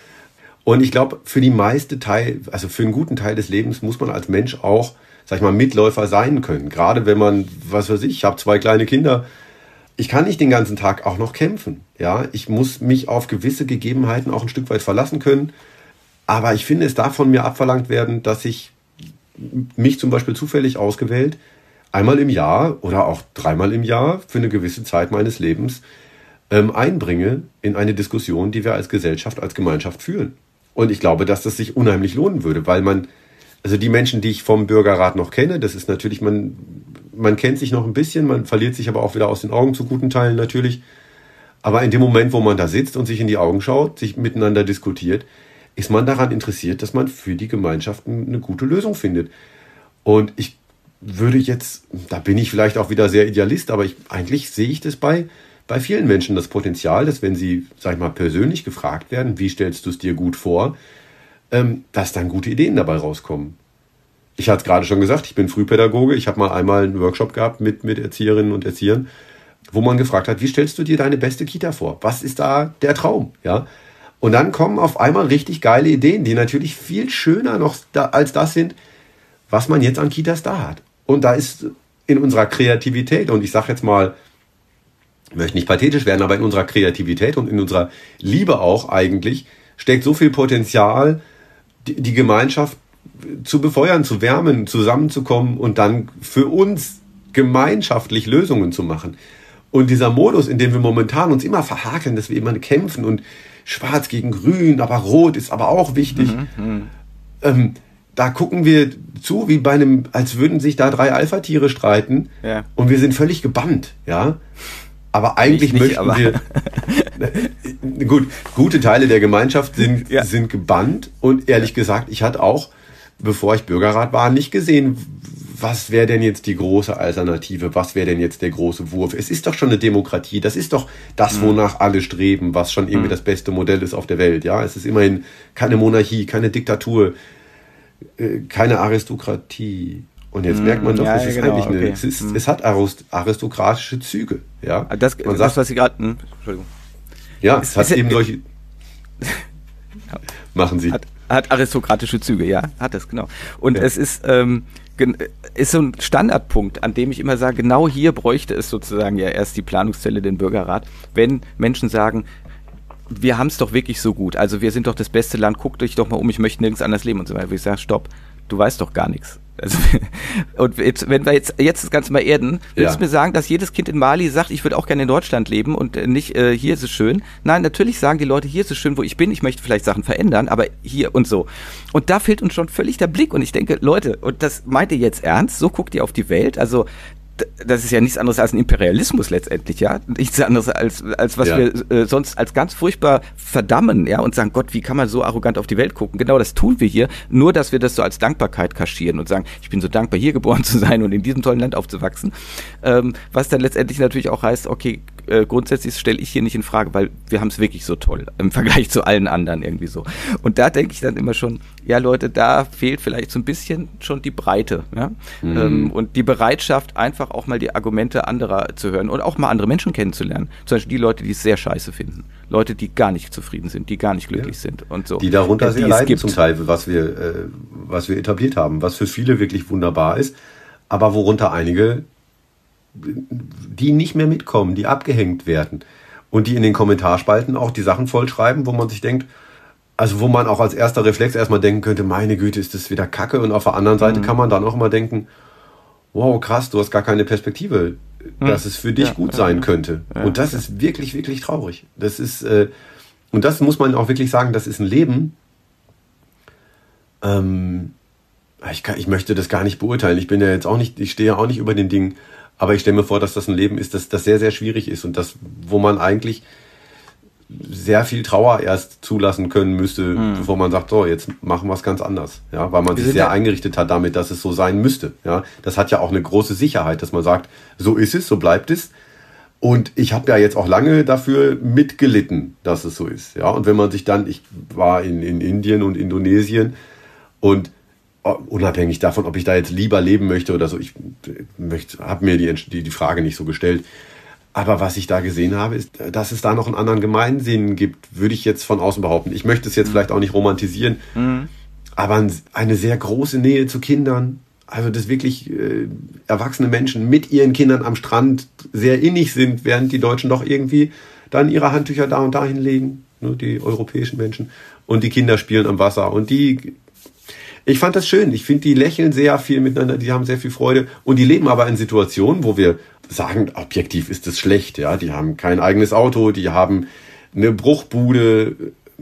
Und ich glaube, für die meiste Teil, also für einen guten Teil des Lebens muss man als Mensch auch, sag ich mal, Mitläufer sein können. Gerade wenn man, was weiß ich, ich habe zwei kleine Kinder, ich kann nicht den ganzen Tag auch noch kämpfen. Ja, ich muss mich auf gewisse Gegebenheiten auch ein Stück weit verlassen können. Aber ich finde, es darf von mir abverlangt werden, dass ich mich zum Beispiel zufällig ausgewählt einmal im Jahr oder auch dreimal im Jahr für eine gewisse Zeit meines Lebens ähm, einbringe in eine Diskussion, die wir als Gesellschaft, als Gemeinschaft führen. Und ich glaube, dass das sich unheimlich lohnen würde, weil man, also die Menschen, die ich vom Bürgerrat noch kenne, das ist natürlich, man, man kennt sich noch ein bisschen, man verliert sich aber auch wieder aus den Augen zu guten Teilen natürlich. Aber in dem Moment, wo man da sitzt und sich in die Augen schaut, sich miteinander diskutiert, ist man daran interessiert, dass man für die Gemeinschaft eine gute Lösung findet. Und ich würde jetzt, da bin ich vielleicht auch wieder sehr Idealist, aber ich, eigentlich sehe ich das bei, bei vielen Menschen, das Potenzial, dass wenn sie, sag ich mal, persönlich gefragt werden, wie stellst du es dir gut vor, ähm, dass dann gute Ideen dabei rauskommen. Ich hatte es gerade schon gesagt, ich bin Frühpädagoge, ich habe mal einmal einen Workshop gehabt mit, mit Erzieherinnen und Erziehern, wo man gefragt hat, wie stellst du dir deine beste Kita vor? Was ist da der Traum? Ja? Und dann kommen auf einmal richtig geile Ideen, die natürlich viel schöner noch da, als das sind, was man jetzt an Kitas da hat. Und da ist in unserer Kreativität, und ich sage jetzt mal, ich möchte nicht pathetisch werden, aber in unserer Kreativität und in unserer Liebe auch eigentlich, steckt so viel Potenzial, die, die Gemeinschaft zu befeuern, zu wärmen, zusammenzukommen und dann für uns gemeinschaftlich Lösungen zu machen. Und dieser Modus, in dem wir momentan uns immer verhakeln, dass wir immer kämpfen und schwarz gegen grün, aber rot ist aber auch wichtig. Mhm, ähm, da gucken wir zu, wie bei einem, als würden sich da drei Alpha-Tiere streiten, ja. Und wir sind völlig gebannt, ja. Aber eigentlich nicht, möchten aber. wir, gut, gute Teile der Gemeinschaft sind, ja. sind gebannt und ehrlich gesagt, ich hatte auch, bevor ich Bürgerrat war, nicht gesehen, was wäre denn jetzt die große Alternative, was wäre denn jetzt der große Wurf? Es ist doch schon eine Demokratie, das ist doch das, wonach alle streben, was schon irgendwie das beste Modell ist auf der Welt. Ja, es ist immerhin keine Monarchie, keine Diktatur, keine Aristokratie. Und jetzt merkt man doch, ja, es ist genau, eigentlich eine, okay. es, ist, es hat aristokratische Züge. Ja, das, man das sagt, was Sie gerade, Entschuldigung. Ja, es, es hat es, eben solche, machen Sie. Hat, hat aristokratische Züge, ja, hat es, genau. Und ja. es ist, ähm, ist so ein Standardpunkt, an dem ich immer sage, genau hier bräuchte es sozusagen ja erst die Planungszelle, den Bürgerrat, wenn Menschen sagen, wir haben es doch wirklich so gut, also wir sind doch das beste Land, guckt euch doch mal um, ich möchte nirgends anders leben und so weiter. Ich sage, stopp, du weißt doch gar nichts. Also, und jetzt, wenn wir jetzt, jetzt das Ganze mal erden, willst du ja. mir sagen, dass jedes Kind in Mali sagt, ich würde auch gerne in Deutschland leben und nicht, äh, hier ist es schön. Nein, natürlich sagen die Leute, hier ist es schön, wo ich bin, ich möchte vielleicht Sachen verändern, aber hier und so. Und da fehlt uns schon völlig der Blick und ich denke, Leute, und das meint ihr jetzt ernst? So guckt ihr auf die Welt? Also, das ist ja nichts anderes als ein Imperialismus letztendlich, ja. Nichts anderes als, als was ja. wir äh, sonst als ganz furchtbar verdammen, ja, und sagen, Gott, wie kann man so arrogant auf die Welt gucken? Genau das tun wir hier, nur dass wir das so als Dankbarkeit kaschieren und sagen, ich bin so dankbar, hier geboren zu sein und in diesem tollen Land aufzuwachsen. Ähm, was dann letztendlich natürlich auch heißt, okay, äh, grundsätzlich stelle ich hier nicht in Frage, weil wir haben es wirklich so toll im Vergleich zu allen anderen irgendwie so. Und da denke ich dann immer schon, ja Leute, da fehlt vielleicht so ein bisschen schon die Breite, ja, mhm. ähm, und die Bereitschaft, einfach auch mal die Argumente anderer zu hören und auch mal andere Menschen kennenzulernen. Zum Beispiel die Leute, die es sehr scheiße finden. Leute, die gar nicht zufrieden sind, die gar nicht glücklich ja. sind und so. Die darunter sehr leiden zum Teil, was wir, äh, was wir etabliert haben, was für viele wirklich wunderbar ist, aber worunter einige, die nicht mehr mitkommen, die abgehängt werden und die in den Kommentarspalten auch die Sachen vollschreiben, wo man sich denkt, also wo man auch als erster Reflex erstmal denken könnte, meine Güte, ist das wieder Kacke, und auf der anderen Seite mhm. kann man dann auch immer denken, wow, krass, du hast gar keine Perspektive, dass hm. es für dich ja, gut sein ja, könnte. Ja, und das ja. ist wirklich, wirklich traurig. Das ist, äh, und das muss man auch wirklich sagen, das ist ein Leben, ähm, ich, kann, ich möchte das gar nicht beurteilen. Ich bin ja jetzt auch nicht, ich stehe ja auch nicht über den Dingen, aber ich stelle mir vor, dass das ein Leben ist, das, das sehr, sehr schwierig ist und das, wo man eigentlich sehr viel Trauer erst zulassen können müsste, hm. bevor man sagt, so, jetzt machen wir es ganz anders. Ja, weil man sich sehr ja eingerichtet hat damit, dass es so sein müsste. Ja, das hat ja auch eine große Sicherheit, dass man sagt, so ist es, so bleibt es. Und ich habe ja jetzt auch lange dafür mitgelitten, dass es so ist. Ja, und wenn man sich dann, ich war in, in Indien und Indonesien und unabhängig davon, ob ich da jetzt lieber leben möchte oder so, ich habe mir die, die, die Frage nicht so gestellt. Aber was ich da gesehen habe, ist, dass es da noch einen anderen Gemeinsinn gibt, würde ich jetzt von außen behaupten. Ich möchte es jetzt mhm. vielleicht auch nicht romantisieren, mhm. aber eine sehr große Nähe zu Kindern, also dass wirklich äh, erwachsene Menschen mit ihren Kindern am Strand sehr innig sind, während die Deutschen doch irgendwie dann ihre Handtücher da und dahin legen, ne, die europäischen Menschen, und die Kinder spielen am Wasser und die... Ich fand das schön. Ich finde, die lächeln sehr viel miteinander, die haben sehr viel Freude und die leben aber in Situationen, wo wir sagen, objektiv ist das schlecht. Ja, die haben kein eigenes Auto, die haben eine Bruchbude.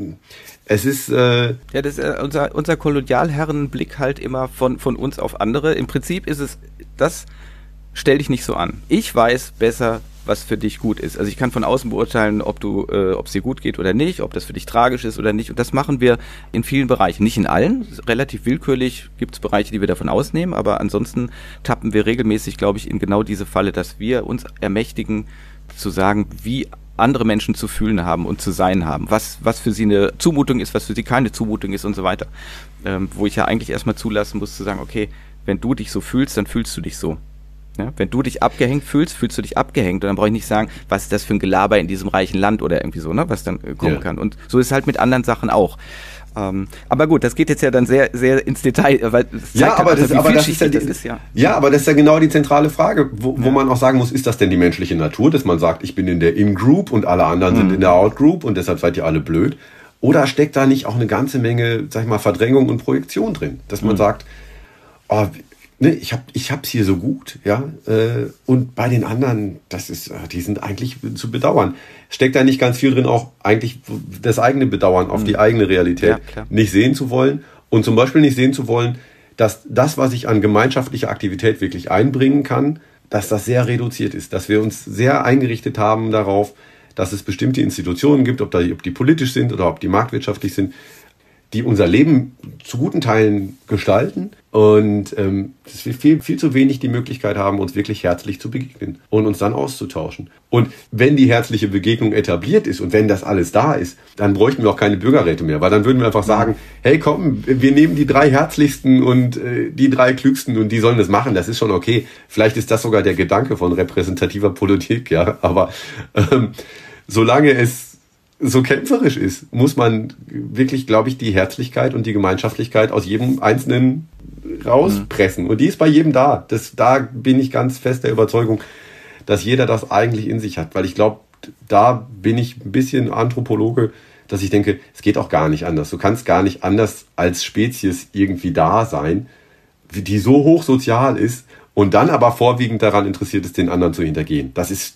Es ist äh ja, das ist äh, unser unser Kolonialherrenblick halt immer von von uns auf andere. Im Prinzip ist es das. Stell dich nicht so an. Ich weiß besser, was für dich gut ist. Also ich kann von außen beurteilen, ob du, äh, ob es dir gut geht oder nicht, ob das für dich tragisch ist oder nicht. Und das machen wir in vielen Bereichen. Nicht in allen. Relativ willkürlich gibt es Bereiche, die wir davon ausnehmen. Aber ansonsten tappen wir regelmäßig, glaube ich, in genau diese Falle, dass wir uns ermächtigen, zu sagen, wie andere Menschen zu fühlen haben und zu sein haben. Was, was für sie eine Zumutung ist, was für sie keine Zumutung ist und so weiter. Ähm, wo ich ja eigentlich erstmal zulassen muss, zu sagen, okay, wenn du dich so fühlst, dann fühlst du dich so. Ja, wenn du dich abgehängt fühlst, fühlst du dich abgehängt und dann brauche ich nicht sagen, was ist das für ein Gelaber in diesem reichen Land oder irgendwie so, ne, was dann äh, kommen ja. kann. Und so ist es halt mit anderen Sachen auch. Ähm, aber gut, das geht jetzt ja dann sehr, sehr ins Detail, weil es ja, aber das, aber das ist ja, das ist, ja. ja, aber das ist ja genau die zentrale Frage, wo, wo ja. man auch sagen muss, ist das denn die menschliche Natur, dass man sagt, ich bin in der In-Group und alle anderen mhm. sind in der Out-Group und deshalb seid ihr alle blöd? Oder steckt da nicht auch eine ganze Menge, sag ich mal, Verdrängung und Projektion drin, dass man mhm. sagt, oh, Ne, ich hab, ich hab's hier so gut, ja, äh, und bei den anderen, das ist, die sind eigentlich zu bedauern. Steckt da nicht ganz viel drin, auch eigentlich das eigene Bedauern auf mhm. die eigene Realität ja, nicht sehen zu wollen und zum Beispiel nicht sehen zu wollen, dass das, was ich an gemeinschaftlicher Aktivität wirklich einbringen kann, dass das sehr reduziert ist, dass wir uns sehr eingerichtet haben darauf, dass es bestimmte Institutionen gibt, ob, da, ob die politisch sind oder ob die marktwirtschaftlich sind, die unser Leben zu guten Teilen gestalten und ähm, dass wir viel, viel zu wenig die Möglichkeit haben, uns wirklich herzlich zu begegnen und uns dann auszutauschen. Und wenn die herzliche Begegnung etabliert ist und wenn das alles da ist, dann bräuchten wir auch keine Bürgerräte mehr, weil dann würden wir einfach sagen, hey komm, wir nehmen die drei herzlichsten und äh, die drei klügsten und die sollen das machen, das ist schon okay. Vielleicht ist das sogar der Gedanke von repräsentativer Politik, ja, aber ähm, solange es so kämpferisch ist, muss man wirklich, glaube ich, die Herzlichkeit und die Gemeinschaftlichkeit aus jedem Einzelnen rauspressen. Und die ist bei jedem da. Das, da bin ich ganz fest der Überzeugung, dass jeder das eigentlich in sich hat. Weil ich glaube, da bin ich ein bisschen Anthropologe, dass ich denke, es geht auch gar nicht anders. Du kannst gar nicht anders als Spezies irgendwie da sein, die so hochsozial ist und dann aber vorwiegend daran interessiert ist, den anderen zu hintergehen. Das ist...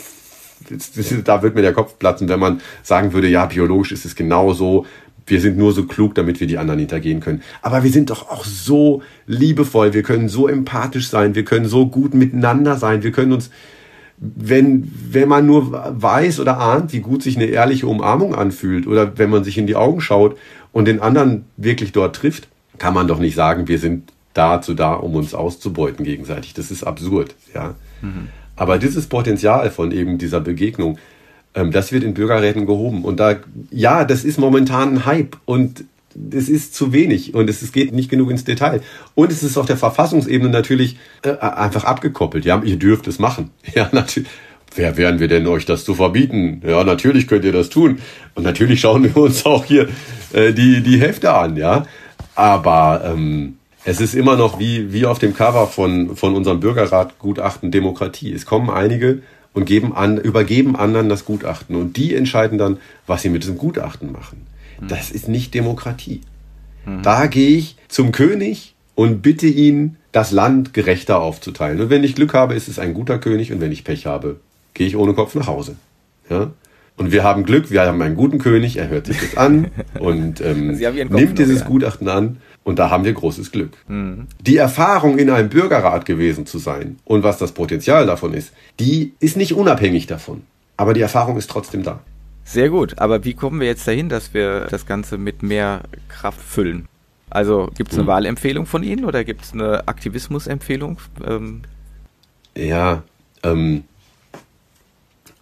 Da wird mir der Kopf platzen, wenn man sagen würde, ja, biologisch ist es genauso, wir sind nur so klug, damit wir die anderen hintergehen können. Aber wir sind doch auch so liebevoll, wir können so empathisch sein, wir können so gut miteinander sein, wir können uns, wenn, wenn man nur weiß oder ahnt, wie gut sich eine ehrliche Umarmung anfühlt oder wenn man sich in die Augen schaut und den anderen wirklich dort trifft, kann man doch nicht sagen, wir sind dazu da, um uns auszubeuten gegenseitig. Das ist absurd, ja. Mhm. Aber dieses Potenzial von eben dieser Begegnung, ähm, das wird in Bürgerräten gehoben. Und da, ja, das ist momentan ein Hype und es ist zu wenig und es, es geht nicht genug ins Detail. Und es ist auf der Verfassungsebene natürlich äh, einfach abgekoppelt. Ja, ihr dürft es machen. Ja, natürlich. Wer wären wir denn, euch das zu verbieten? Ja, natürlich könnt ihr das tun. Und natürlich schauen wir uns auch hier äh, die, die Hefte an, ja. Aber ähm, es ist immer noch wie, wie auf dem Cover von, von unserem Bürgerrat Gutachten Demokratie. Es kommen einige und geben an, übergeben anderen das Gutachten. Und die entscheiden dann, was sie mit diesem Gutachten machen. Mhm. Das ist nicht Demokratie. Mhm. Da gehe ich zum König und bitte ihn, das Land gerechter aufzuteilen. Und wenn ich Glück habe, ist es ein guter König. Und wenn ich Pech habe, gehe ich ohne Kopf nach Hause. Ja? Und wir haben Glück, wir haben einen guten König, er hört sich das an und ähm, nimmt dieses noch, ja. Gutachten an. Und da haben wir großes Glück. Mhm. Die Erfahrung, in einem Bürgerrat gewesen zu sein und was das Potenzial davon ist, die ist nicht unabhängig davon. Aber die Erfahrung ist trotzdem da. Sehr gut. Aber wie kommen wir jetzt dahin, dass wir das Ganze mit mehr Kraft füllen? Also gibt es eine mhm. Wahlempfehlung von Ihnen oder gibt es eine Aktivismusempfehlung? Ähm ja, ähm,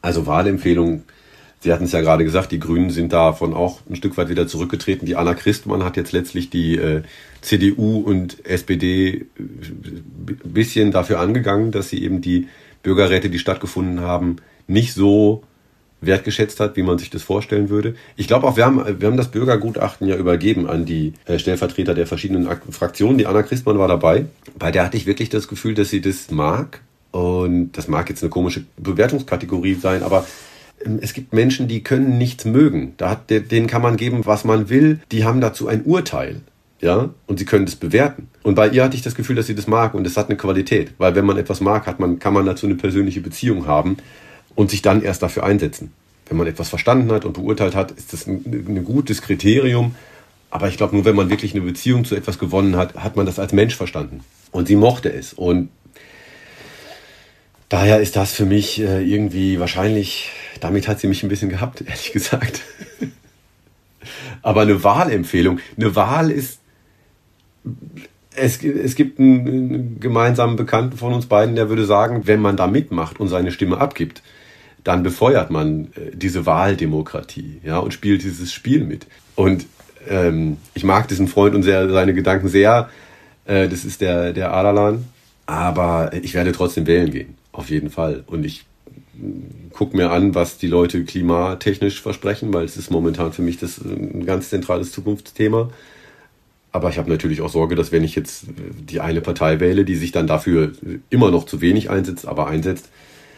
Also Wahlempfehlung, Sie hatten es ja gerade gesagt, die Grünen sind davon auch ein Stück weit wieder zurückgetreten. Die Anna Christmann hat jetzt letztlich die äh, C D U und S P D ein bisschen dafür angegangen, dass sie eben die Bürgerräte, die stattgefunden haben, nicht so wertgeschätzt hat, wie man sich das vorstellen würde. Ich glaube auch, wir haben, wir haben das Bürgergutachten ja übergeben an die äh, Stellvertreter der verschiedenen Ak- Fraktionen. Die Anna Christmann war dabei. Bei der hatte ich wirklich das Gefühl, dass sie das mag. Und das mag jetzt eine komische Bewertungskategorie sein, aber ähm, es gibt Menschen, die können nichts mögen. Da hat, denen kann man geben, was man will. Die haben dazu ein Urteil. Ja, und sie können das bewerten. Und bei ihr hatte ich das Gefühl, dass sie das mag und es hat eine Qualität. Weil wenn man etwas mag, hat man, kann man dazu eine persönliche Beziehung haben und sich dann erst dafür einsetzen. Wenn man etwas verstanden hat und beurteilt hat, ist das ein, ein gutes Kriterium. Aber ich glaube, nur wenn man wirklich eine Beziehung zu etwas gewonnen hat, hat man das als Mensch verstanden. Und sie mochte es. Und daher ist das für mich äh, irgendwie wahrscheinlich, damit hat sie mich ein bisschen gehabt, ehrlich gesagt. Aber eine Wahlempfehlung, eine Wahl ist, es, es gibt einen, einen gemeinsamen Bekannten von uns beiden, der würde sagen, wenn man da mitmacht und seine Stimme abgibt, dann befeuert man äh, diese Wahldemokratie, ja, und spielt dieses Spiel mit. Und ähm, ich mag diesen Freund und sehr, seine Gedanken sehr, äh, das ist der, der Adalan, aber ich werde trotzdem wählen gehen, auf jeden Fall. Und ich gucke mir an, was die Leute klimatechnisch versprechen, weil es ist momentan für mich das ein ganz zentrales Zukunftsthema. Aber ich habe natürlich auch Sorge, dass wenn ich jetzt die eine Partei wähle, die sich dann dafür immer noch zu wenig einsetzt, aber einsetzt,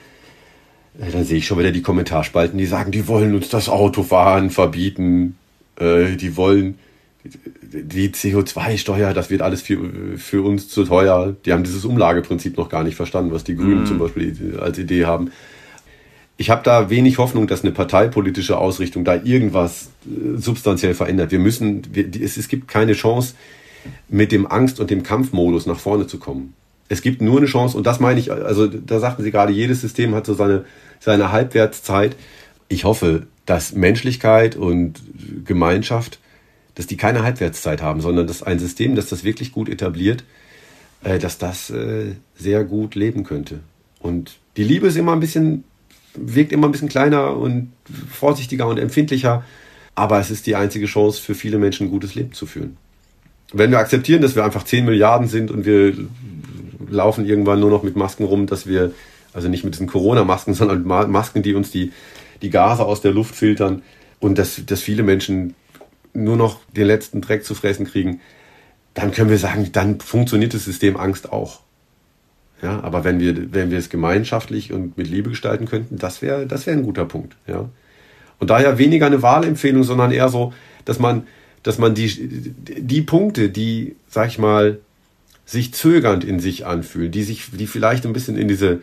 dann sehe ich schon wieder die Kommentarspalten, die sagen, die wollen uns das Autofahren verbieten, äh, die wollen die C O zwei Steuer, das wird alles für, für uns zu teuer. Die haben dieses Umlageprinzip noch gar nicht verstanden, was die Grünen mm. zum Beispiel als Idee haben. Ich habe da wenig Hoffnung, dass eine parteipolitische Ausrichtung da irgendwas äh, substanziell verändert. Wir müssen, wir, die, es, es gibt keine Chance, mit dem Angst- und dem Kampfmodus nach vorne zu kommen. Es gibt nur eine Chance, und das meine ich, also da sagten Sie gerade, jedes System hat so seine, seine Halbwertszeit. Ich hoffe, dass Menschlichkeit und Gemeinschaft, dass die keine Halbwertszeit haben, sondern dass ein System, das das wirklich gut etabliert, äh, dass das äh, sehr gut leben könnte. Und die Liebe ist immer ein bisschen, wirkt immer ein bisschen kleiner und vorsichtiger und empfindlicher, aber es ist die einzige Chance für viele Menschen, ein gutes Leben zu führen. Wenn wir akzeptieren, dass wir einfach zehn Milliarden sind und wir laufen irgendwann nur noch mit Masken rum, dass wir, also nicht mit diesen Corona-Masken, sondern mit Masken, die uns die, die Gase aus der Luft filtern, und dass, dass viele Menschen nur noch den letzten Dreck zu fressen kriegen, dann können wir sagen, dann funktioniert das System Angst auch. Ja, aber wenn wir, wenn wir es gemeinschaftlich und mit Liebe gestalten könnten, das wäre, das wäre ein guter Punkt. Ja. Und daher weniger eine Wahlempfehlung, sondern eher so, dass man, dass man die, die Punkte, die, sag ich mal, sich zögernd in sich anfühlen, die sich, die vielleicht ein bisschen in diese,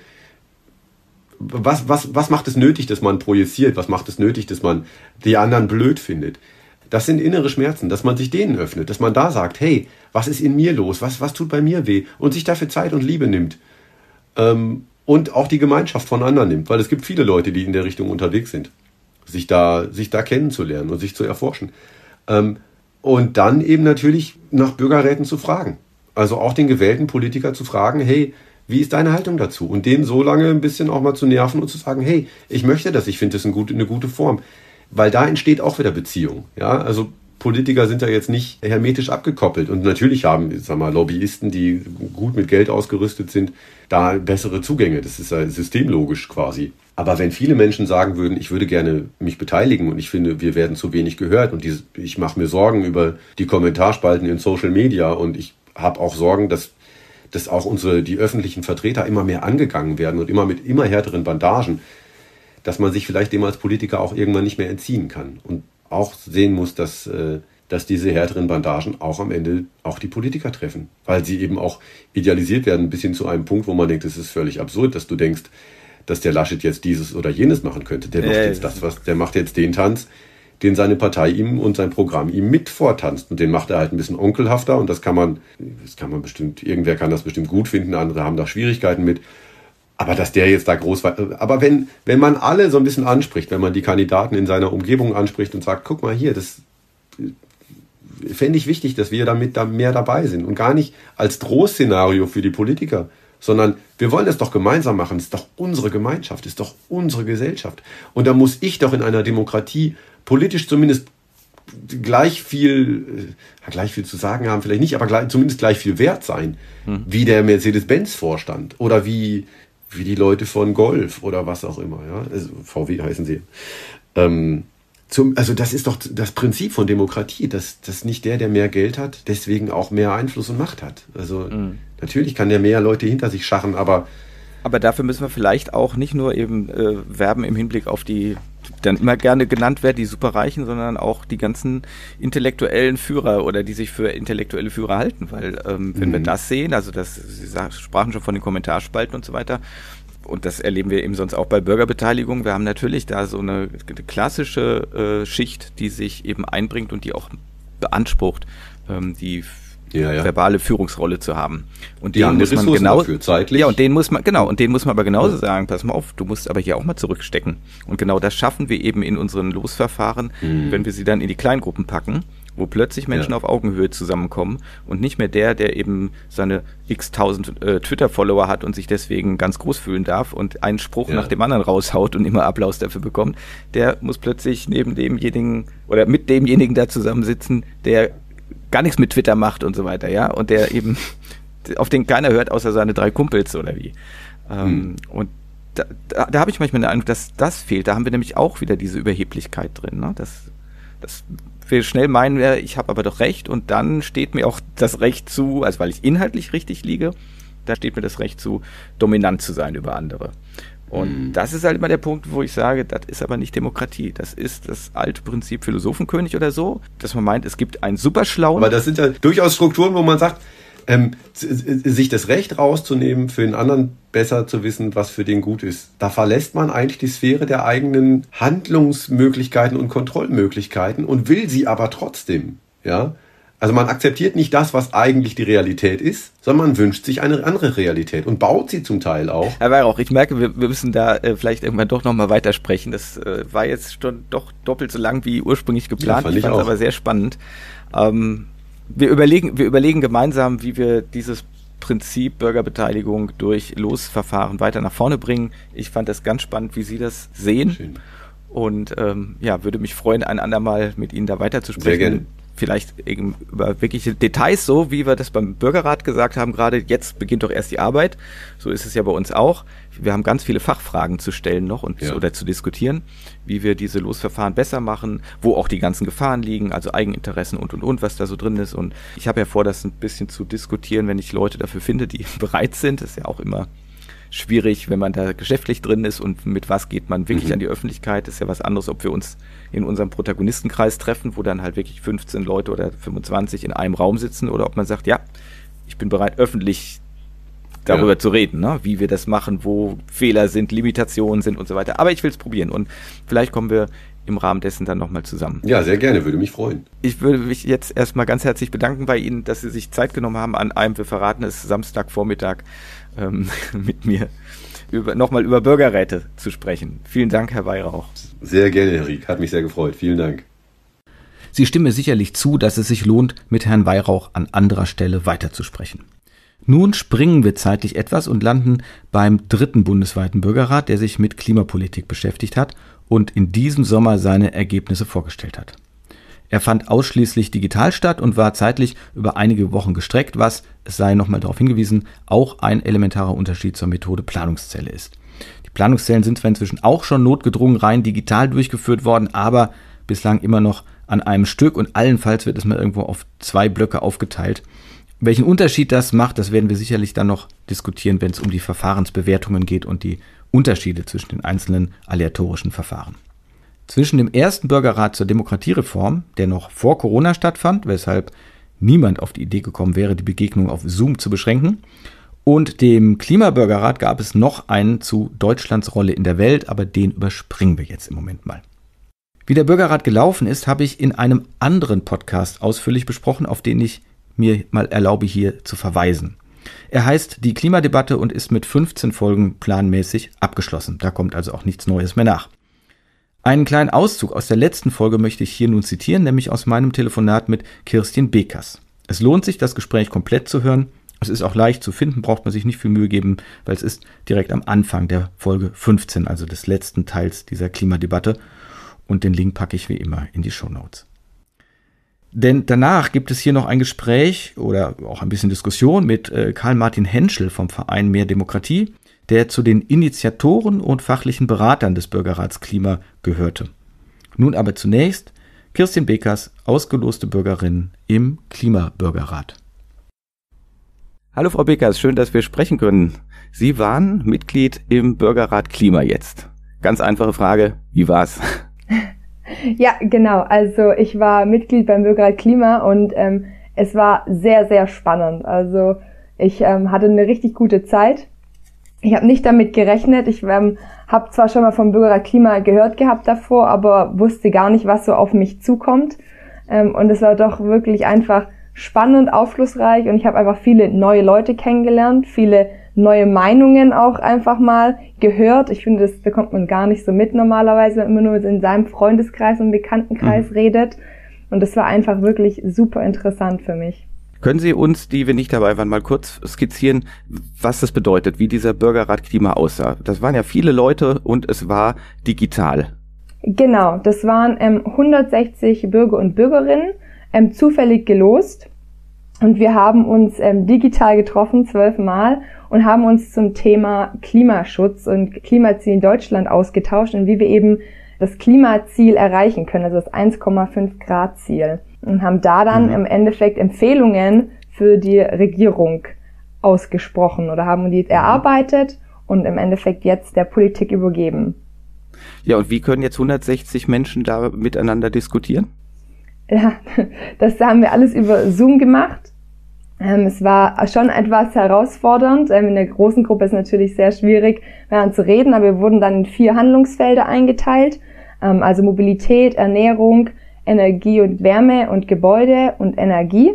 was, was, was macht es nötig, dass man projiziert? Was macht es nötig, dass man die anderen blöd findet? Das sind innere Schmerzen, dass man sich denen öffnet, dass man da sagt, hey, was ist in mir los? Was, was tut bei mir weh? Und sich dafür Zeit und Liebe nimmt. Ähm, und auch die Gemeinschaft von anderen nimmt, weil es gibt viele Leute, die in der Richtung unterwegs sind, sich da, sich da kennenzulernen und sich zu erforschen. Ähm, und dann eben natürlich nach Bürgerräten zu fragen. Also auch den gewählten Politiker zu fragen, hey, wie ist deine Haltung dazu? Und den so lange ein bisschen auch mal zu nerven und zu sagen, hey, ich möchte das, ich finde das eine gute, eine gute Form. Weil da entsteht auch wieder Beziehung. Ja, also Politiker sind ja jetzt nicht hermetisch abgekoppelt. Und natürlich haben, ich sag mal, Lobbyisten, die gut mit Geld ausgerüstet sind, da bessere Zugänge. Das ist ja systemlogisch quasi. Aber wenn viele Menschen sagen würden, ich würde gerne mich beteiligen und ich finde, wir werden zu wenig gehört und die, ich mache mir Sorgen über die Kommentarspalten in Social Media und ich habe auch Sorgen, dass, dass auch unsere, die öffentlichen Vertreter immer mehr angegangen werden und immer mit immer härteren Bandagen, dass man sich vielleicht dem als Politiker auch irgendwann nicht mehr entziehen kann und auch sehen muss, dass, dass diese härteren Bandagen auch am Ende auch die Politiker treffen, weil sie eben auch idealisiert werden bis hin zu einem Punkt, wo man denkt, es ist völlig absurd, dass du denkst, dass der Laschet jetzt dieses oder jenes machen könnte. Der macht jetzt das, was, der macht jetzt den Tanz, den seine Partei ihm und sein Programm ihm mit vortanzt. Und den macht er halt ein bisschen onkelhafter und das kann man, das kann man bestimmt, irgendwer kann das bestimmt gut finden, andere haben da Schwierigkeiten mit. Aber dass der jetzt da groß war, aber wenn, wenn man alle so ein bisschen anspricht, wenn man die Kandidaten in seiner Umgebung anspricht und sagt, guck mal hier, das fände ich wichtig, dass wir damit da mehr dabei sind und gar nicht als Drohszenario für die Politiker, sondern wir wollen das doch gemeinsam machen. Es ist doch unsere Gemeinschaft, es ist doch unsere Gesellschaft. Und da muss ich doch in einer Demokratie politisch zumindest gleich viel, äh, gleich viel zu sagen haben, vielleicht nicht, aber gleich, zumindest gleich viel wert sein, hm. wie der Mercedes-Benz-Vorstand oder wie, wie die Leute von Golf oder was auch immer. Ja? Also V W heißen sie. Ähm, zum, also das ist doch das Prinzip von Demokratie, dass, dass nicht der, der mehr Geld hat, deswegen auch mehr Einfluss und Macht hat. Also hm. natürlich kann der mehr Leute hinter sich scharren, aber Aber dafür müssen wir vielleicht auch nicht nur eben äh, werben im Hinblick auf die, dann immer gerne genannt werden, die Superreichen, sondern auch die ganzen intellektuellen Führer oder die sich für intellektuelle Führer halten. Weil ähm, wenn mhm. wir das sehen, also das, Sie sprachen schon von den Kommentarspalten und so weiter, und das erleben wir eben sonst auch bei Bürgerbeteiligung. Wir haben natürlich da so eine, eine klassische äh, Schicht, die sich eben einbringt und die auch beansprucht, ähm, die Ja, ja. verbale Führungsrolle zu haben. Und den muss man genau, dafür, zeitlich. Ja, und den muss man, genau, und den muss man aber genauso ja. sagen, pass mal auf, du musst aber hier auch mal zurückstecken. Und genau das schaffen wir eben in unseren Losverfahren, mhm. wenn wir sie dann in die Kleingruppen packen, wo plötzlich Menschen ja. auf Augenhöhe zusammenkommen und nicht mehr der, der eben seine x tausend äh, Twitter-Follower hat und sich deswegen ganz groß fühlen darf und einen Spruch ja. nach dem anderen raushaut und immer Applaus dafür bekommt, der muss plötzlich neben demjenigen oder mit demjenigen da zusammensitzen, der gar nichts mit Twitter macht und so weiter, ja, und der eben, auf den keiner hört, außer seine drei Kumpels oder wie. Ähm, hm. Und da, da, da habe ich manchmal den Eindruck, dass das fehlt. Da haben wir nämlich auch wieder diese Überheblichkeit drin, ne? Dass, dass wir schnell meinen, ja, ich habe aber doch recht und dann steht mir auch das Recht zu, also weil ich inhaltlich richtig liege, da steht mir das Recht zu, dominant zu sein über andere. Und mhm. das ist halt immer der Punkt, wo ich sage, das ist aber nicht Demokratie. Das ist das alte Prinzip Philosophenkönig oder so, dass man meint, es gibt einen Superschlauen. Aber das sind ja durchaus Strukturen, wo man sagt, ähm, sich das Recht rauszunehmen, für den anderen besser zu wissen, was für den gut ist. Da verlässt man eigentlich die Sphäre der eigenen Handlungsmöglichkeiten und Kontrollmöglichkeiten und will sie aber trotzdem, ja. Also man akzeptiert nicht das, was eigentlich die Realität ist, sondern man wünscht sich eine andere Realität und baut sie zum Teil auch. Herr Weihrauch, ich merke, wir, wir müssen da äh, vielleicht irgendwann doch nochmal weitersprechen. Das äh, war jetzt schon doch doppelt so lang wie ursprünglich geplant. Ja, fand ich fand es aber sehr spannend. Ähm, wir überlegen, wir überlegen gemeinsam, wie wir dieses Prinzip Bürgerbeteiligung durch Losverfahren weiter nach vorne bringen. Ich fand das ganz spannend, wie Sie das sehen. Schön. Und ähm, ja, würde mich freuen, ein andermal mit Ihnen da weiterzusprechen. Sehr gerne. Vielleicht eben über wirkliche Details, so wie wir das beim Bürgerrat gesagt haben, gerade jetzt beginnt doch erst die Arbeit. So ist es ja bei uns auch. Wir haben ganz viele Fachfragen zu stellen noch und ja. oder zu diskutieren, wie wir diese Losverfahren besser machen, wo auch die ganzen Gefahren liegen, also Eigeninteressen und und und, was da so drin ist. Und ich habe ja vor, das ein bisschen zu diskutieren, wenn ich Leute dafür finde, die bereit sind. Das ist ja auch immer schwierig, wenn man da geschäftlich drin ist und mit was geht man wirklich mhm. an die Öffentlichkeit. Das ist ja was anderes, ob wir uns in unserem Protagonistenkreis treffen, wo dann halt wirklich fünfzehn Leute oder fünfundzwanzig in einem Raum sitzen, oder ob man sagt, ja, ich bin bereit, öffentlich darüber ja. zu reden, ne? Wie wir das machen, wo Fehler sind, Limitationen sind und so weiter. Aber ich will es probieren und vielleicht kommen wir im Rahmen dessen dann nochmal zusammen. Ja, sehr gerne, würde mich freuen. Ich würde mich jetzt erstmal ganz herzlich bedanken bei Ihnen, dass Sie sich Zeit genommen haben an einem, wir verraten es, Samstagvormittag ähm, mit mir über, nochmal über Bürgerräte zu sprechen. Vielen Dank, Herr Weihrauch. Sehr gerne, Herr Rieck, hat mich sehr gefreut. Vielen Dank. Sie stimmen mir sicherlich zu, dass es sich lohnt, mit Herrn Weihrauch an anderer Stelle weiterzusprechen. Nun springen wir zeitlich etwas und landen beim dritten bundesweiten Bürgerrat, der sich mit Klimapolitik beschäftigt hat und in diesem Sommer seine Ergebnisse vorgestellt hat. Er fand ausschließlich digital statt und war zeitlich über einige Wochen gestreckt, was, es sei nochmal darauf hingewiesen, auch ein elementarer Unterschied zur Methode Planungszelle ist. Die Planungszellen sind zwar inzwischen auch schon notgedrungen rein digital durchgeführt worden, aber bislang immer noch an einem Stück und allenfalls wird es mal irgendwo auf zwei Blöcke aufgeteilt. Welchen Unterschied das macht, das werden wir sicherlich dann noch diskutieren, wenn es um die Verfahrensbewertungen geht und die Unterschiede zwischen den einzelnen aleatorischen Verfahren. Zwischen dem ersten Bürgerrat zur Demokratiereform, der noch vor Corona stattfand, weshalb niemand auf die Idee gekommen wäre, die Begegnung auf Zoom zu beschränken, und dem Klimabürgerrat gab es noch einen zu Deutschlands Rolle in der Welt, aber den überspringen wir jetzt im Moment mal. Wie der Bürgerrat gelaufen ist, habe ich in einem anderen Podcast ausführlich besprochen, auf den ich mir mal erlaube, hier zu verweisen. Er heißt Die Klimadebatte und ist mit fünfzehn Folgen planmäßig abgeschlossen. Da kommt also auch nichts Neues mehr nach. Einen kleinen Auszug aus der letzten Folge möchte ich hier nun zitieren, nämlich aus meinem Telefonat mit Kirstin Bekers. Es lohnt sich, das Gespräch komplett zu hören. Es ist auch leicht zu finden, braucht man sich nicht viel Mühe geben, weil es ist direkt am Anfang der Folge fünfzehn, also des letzten Teils dieser Klimadebatte. Und den Link packe ich wie immer in die Shownotes. Denn danach gibt es hier noch ein Gespräch oder auch ein bisschen Diskussion mit äh, Karl-Martin Henschel vom Verein Mehr Demokratie, der zu den Initiatoren und fachlichen Beratern des Bürgerrats Klima gehörte. Nun aber zunächst Kirstin Bekers, ausgeloste Bürgerin im Klimabürgerrat. Hallo Frau Bekers, schön, dass wir sprechen können. Sie waren Mitglied im Bürgerrat Klima jetzt. Ganz einfache Frage, wie war's? Ja, genau. Also ich war Mitglied beim Bürgerrat Klima und ähm, es war sehr, sehr spannend. Also ich ähm, hatte eine richtig gute Zeit. Ich habe nicht damit gerechnet. Ich ähm, habe zwar schon mal vom Bürgerrat Klima gehört gehabt davor, aber wusste gar nicht, was so auf mich zukommt. Ähm, und es war doch wirklich einfach spannend, aufschlussreich und ich habe einfach viele neue Leute kennengelernt, viele neue Meinungen auch einfach mal gehört. Ich finde, das bekommt man gar nicht so mit normalerweise, wenn man nur in seinem Freundeskreis und Bekanntenkreis mhm. redet. Und das war einfach wirklich super interessant für mich. Können Sie uns, die wir nicht dabei waren, mal kurz skizzieren, was das bedeutet, wie dieser Bürgerrat Klima aussah? Das waren ja viele Leute und es war digital. Genau, das waren ähm, hundertsechzig Bürger und Bürgerinnen, ähm, zufällig gelost. Und wir haben uns ähm, digital getroffen, zwölfmal, und haben uns zum Thema Klimaschutz und Klimaziel in Deutschland ausgetauscht und wie wir eben das Klimaziel erreichen können, also das eins Komma fünf Grad Ziel. Und haben da dann mhm. im Endeffekt Empfehlungen für die Regierung ausgesprochen oder haben die erarbeitet und im Endeffekt jetzt der Politik übergeben. Ja, und wie können jetzt hundertsechzig Menschen da miteinander diskutieren? Ja, das haben wir alles über Zoom gemacht. Ähm, es war schon etwas herausfordernd. Ähm, in der großen Gruppe ist es natürlich sehr schwierig, miteinander zu reden, aber wir wurden dann in vier Handlungsfelder eingeteilt. Ähm, also Mobilität, Ernährung, Energie und Wärme und Gebäude und Energie.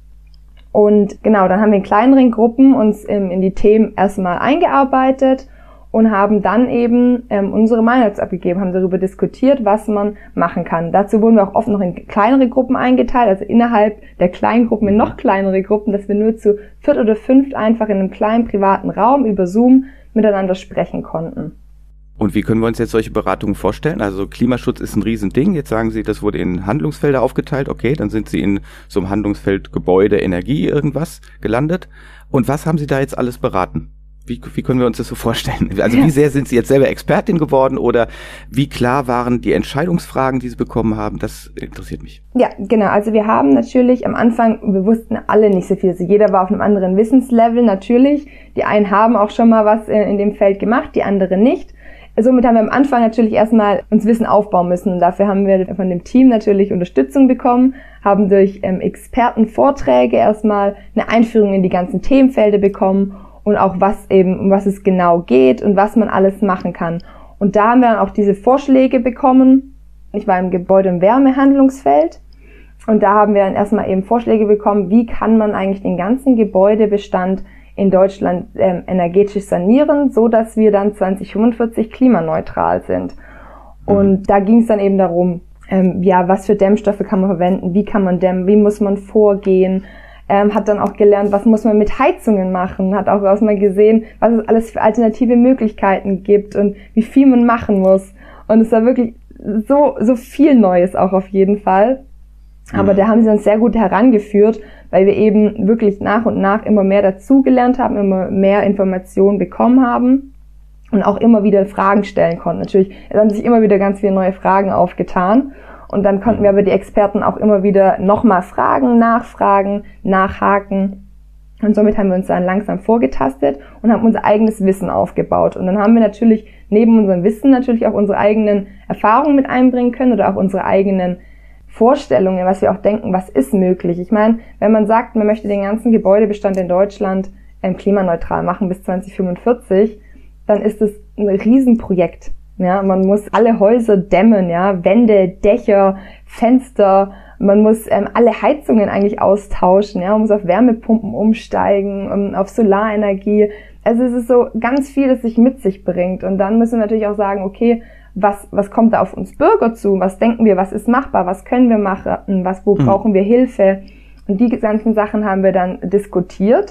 Und genau, dann haben wir in kleineren Gruppen uns ähm, in die Themen erstmal eingearbeitet und haben dann eben ähm, unsere Meinung abgegeben, haben darüber diskutiert, was man machen kann. Dazu wurden wir auch oft noch in kleinere Gruppen eingeteilt, also innerhalb der kleinen Gruppen in noch kleinere Gruppen, dass wir nur zu viert oder fünft einfach in einem kleinen privaten Raum über Zoom miteinander sprechen konnten. Und wie können wir uns jetzt solche Beratungen vorstellen? Also Klimaschutz ist ein Riesending. Jetzt sagen Sie, das wurde in Handlungsfelder aufgeteilt. Okay, dann sind Sie in so einem Handlungsfeld Gebäude, Energie, irgendwas gelandet. Und was haben Sie da jetzt alles beraten? Wie, wie können wir uns das so vorstellen? Also wie sehr sind Sie jetzt selber Expertin geworden oder wie klar waren die Entscheidungsfragen, die Sie bekommen haben? Das interessiert mich. Ja, genau. Also wir haben natürlich am Anfang, wir wussten alle nicht so viel. Also jeder war auf einem anderen Wissenslevel natürlich. Die einen haben auch schon mal was in dem Feld gemacht, die anderen nicht. Somit haben wir am Anfang natürlich erstmal uns Wissen aufbauen müssen. Und dafür haben wir von dem Team natürlich Unterstützung bekommen, haben durch ähm, Expertenvorträge erstmal eine Einführung in die ganzen Themenfelder bekommen und auch was eben, um was es genau geht und was man alles machen kann. Und da haben wir dann auch diese Vorschläge bekommen. Ich war im Gebäude- und Wärmehandlungsfeld und da haben wir dann erstmal eben Vorschläge bekommen, wie kann man eigentlich den ganzen Gebäudebestand in Deutschland ähm, energetisch sanieren, so dass wir dann zwanzig fünfundvierzig klimaneutral sind. Mhm. Und da ging es dann eben darum, ähm, ja, was für Dämmstoffe kann man verwenden, wie kann man dämmen, wie muss man vorgehen, ähm, hat dann auch gelernt, was muss man mit Heizungen machen, hat auch erstmal gesehen, was es alles für alternative Möglichkeiten gibt und wie viel man machen muss. Und es war wirklich so, so viel Neues auch auf jeden Fall. Aber da haben sie uns sehr gut herangeführt, weil wir eben wirklich nach und nach immer mehr dazugelernt haben, immer mehr Informationen bekommen haben und auch immer wieder Fragen stellen konnten. Natürlich, es haben sich immer wieder ganz viele neue Fragen aufgetan und dann konnten wir aber die Experten auch immer wieder nochmal fragen, nachfragen, nachhaken und somit haben wir uns dann langsam vorgetastet und haben unser eigenes Wissen aufgebaut. Und dann haben wir natürlich neben unserem Wissen natürlich auch unsere eigenen Erfahrungen mit einbringen können oder auch unsere eigenen Vorstellungen, was wir auch denken, was ist möglich. Ich meine, wenn man sagt, man möchte den ganzen Gebäudebestand in Deutschland ähm, klimaneutral machen bis zwanzig fünfundvierzig, dann ist es ein Riesenprojekt. Ja, man muss alle Häuser dämmen, ja, Wände, Dächer, Fenster, man muss ähm, alle Heizungen eigentlich austauschen, ja, man muss auf Wärmepumpen umsteigen, um, auf Solarenergie. Also es ist so ganz viel, das sich mit sich bringt. Und dann müssen wir natürlich auch sagen, okay, was, was kommt da auf uns Bürger zu? Was denken wir, was ist machbar? Was können wir machen? Was, wo mhm. brauchen wir Hilfe? Und die ganzen Sachen haben wir dann diskutiert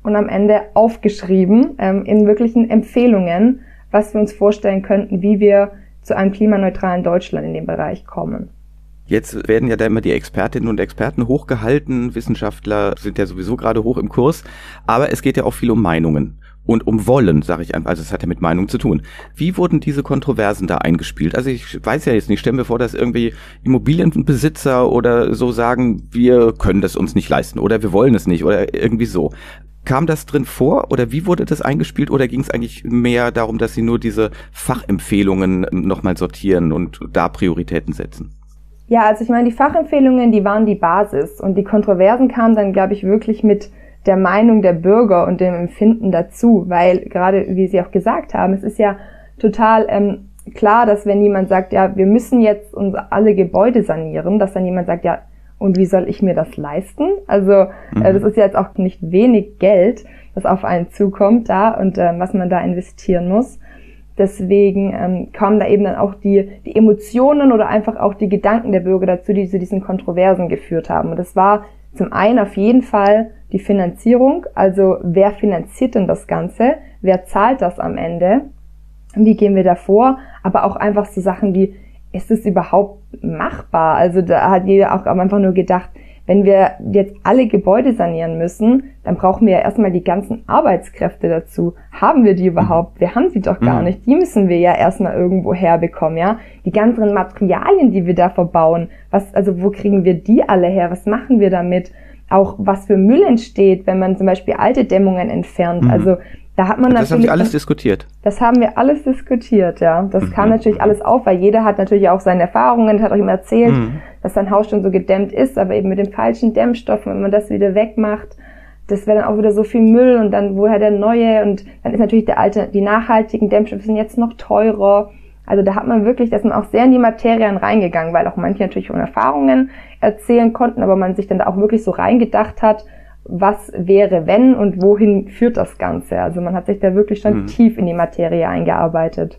und am Ende aufgeschrieben ähm, in wirklichen Empfehlungen, was wir uns vorstellen könnten, wie wir zu einem klimaneutralen Deutschland in dem Bereich kommen. Jetzt werden ja da immer die Expertinnen und Experten hochgehalten, Wissenschaftler sind ja sowieso gerade hoch im Kurs, aber es geht ja auch viel um Meinungen und um Wollen, sage ich einfach, also es hat ja mit Meinung zu tun. Wie wurden diese Kontroversen da eingespielt? Also ich weiß ja jetzt nicht, stellen wir vor, dass irgendwie Immobilienbesitzer oder so sagen, wir können das uns nicht leisten oder wir wollen es nicht oder irgendwie so. Kam das drin vor oder wie wurde das eingespielt oder ging es eigentlich mehr darum, dass Sie nur diese Fachempfehlungen nochmal sortieren und da Prioritäten setzen? Ja, also ich meine, die Fachempfehlungen, die waren die Basis und die Kontroversen kamen dann, glaube ich, wirklich mit der Meinung der Bürger und dem Empfinden dazu, weil gerade, wie Sie auch gesagt haben, es ist ja total ähm, klar, dass wenn jemand sagt, ja, wir müssen jetzt uns alle Gebäude sanieren, dass dann jemand sagt, ja, und wie soll ich mir das leisten? Also mhm. äh, das ist ja jetzt auch nicht wenig Geld, das auf einen zukommt da und äh, was man da investieren muss. Deswegen ähm, kamen da eben dann auch die, die Emotionen oder einfach auch die Gedanken der Bürger dazu, die zu diesen Kontroversen geführt haben. Und das war zum einen auf jeden Fall die Finanzierung, also wer finanziert denn das Ganze? Wer zahlt das am Ende? Wie gehen wir da vor? Aber auch einfach so Sachen wie, ist es überhaupt machbar? Also da hat jeder auch einfach nur gedacht, wenn wir jetzt alle Gebäude sanieren müssen, dann brauchen wir ja erstmal die ganzen Arbeitskräfte dazu. Haben wir die überhaupt? Wir haben sie doch gar nicht. Die müssen wir ja erstmal irgendwo herbekommen, ja. Die ganzen Materialien, die wir da verbauen, was, also wo kriegen wir die alle her? Was machen wir damit? Auch was für Müll entsteht, wenn man zum Beispiel alte Dämmungen entfernt. Mhm. Also da hat man das natürlich. Das haben Sie alles diskutiert? Das haben wir alles diskutiert, ja. Das mhm. kam natürlich alles auf, weil jeder hat natürlich auch seine Erfahrungen, hat auch immer erzählt, mhm. dass sein Haus schon so gedämmt ist, aber eben mit den falschen Dämmstoffen, wenn man das wieder wegmacht, das wäre dann auch wieder so viel Müll und dann woher der neue und dann ist natürlich der alte, die nachhaltigen Dämmstoffe sind jetzt noch teurer. Also da hat man wirklich, da ist man auch sehr in die Materien reingegangen, weil auch manche natürlich von Erfahrungen erzählen konnten, aber man sich dann da auch wirklich so reingedacht hat, was wäre wenn und wohin führt das Ganze. Also man hat sich da wirklich schon mhm. tief in die Materie eingearbeitet.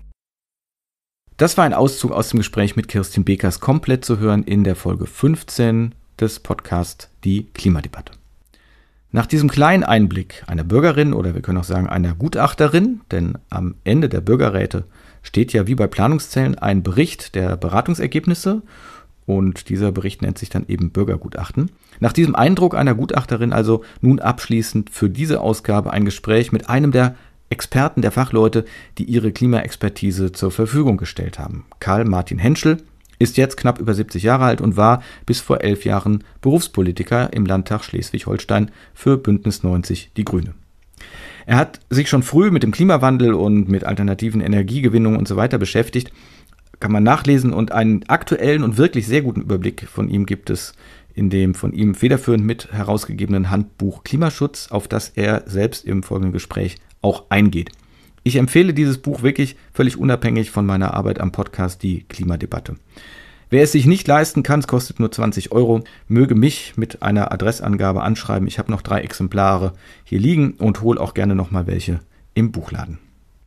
Das war ein Auszug aus dem Gespräch mit Kirstin Bekers, komplett zu hören in der Folge fünfzehn des Podcasts Die Klimadebatte. Nach diesem kleinen Einblick einer Bürgerin oder wir können auch sagen einer Gutachterin, denn am Ende der Bürgerräte steht ja wie bei Planungszellen ein Bericht der Beratungsergebnisse und dieser Bericht nennt sich dann eben Bürgergutachten. Nach diesem Eindruck einer Gutachterin also nun abschließend für diese Ausgabe ein Gespräch mit einem der Experten, der Fachleute, die ihre Klimaexpertise zur Verfügung gestellt haben. Karl Martin Henschel ist jetzt knapp über siebzig Jahre alt und war bis vor elf Jahren Berufspolitiker im Landtag Schleswig-Holstein für Bündnis neunzig Die Grüne. Er hat sich schon früh mit dem Klimawandel und mit alternativen Energiegewinnungen und so weiter beschäftigt. Kann man nachlesen und einen aktuellen und wirklich sehr guten Überblick von ihm gibt es in dem von ihm federführend mit herausgegebenen Handbuch Klimaschutz, auf das er selbst im folgenden Gespräch auch eingeht. Ich empfehle dieses Buch wirklich völlig unabhängig von meiner Arbeit am Podcast Die Klimadebatte. Wer es sich nicht leisten kann, es kostet nur zwanzig Euro, möge mich mit einer Adressangabe anschreiben. Ich habe noch drei Exemplare hier liegen und hole auch gerne nochmal welche im Buchladen.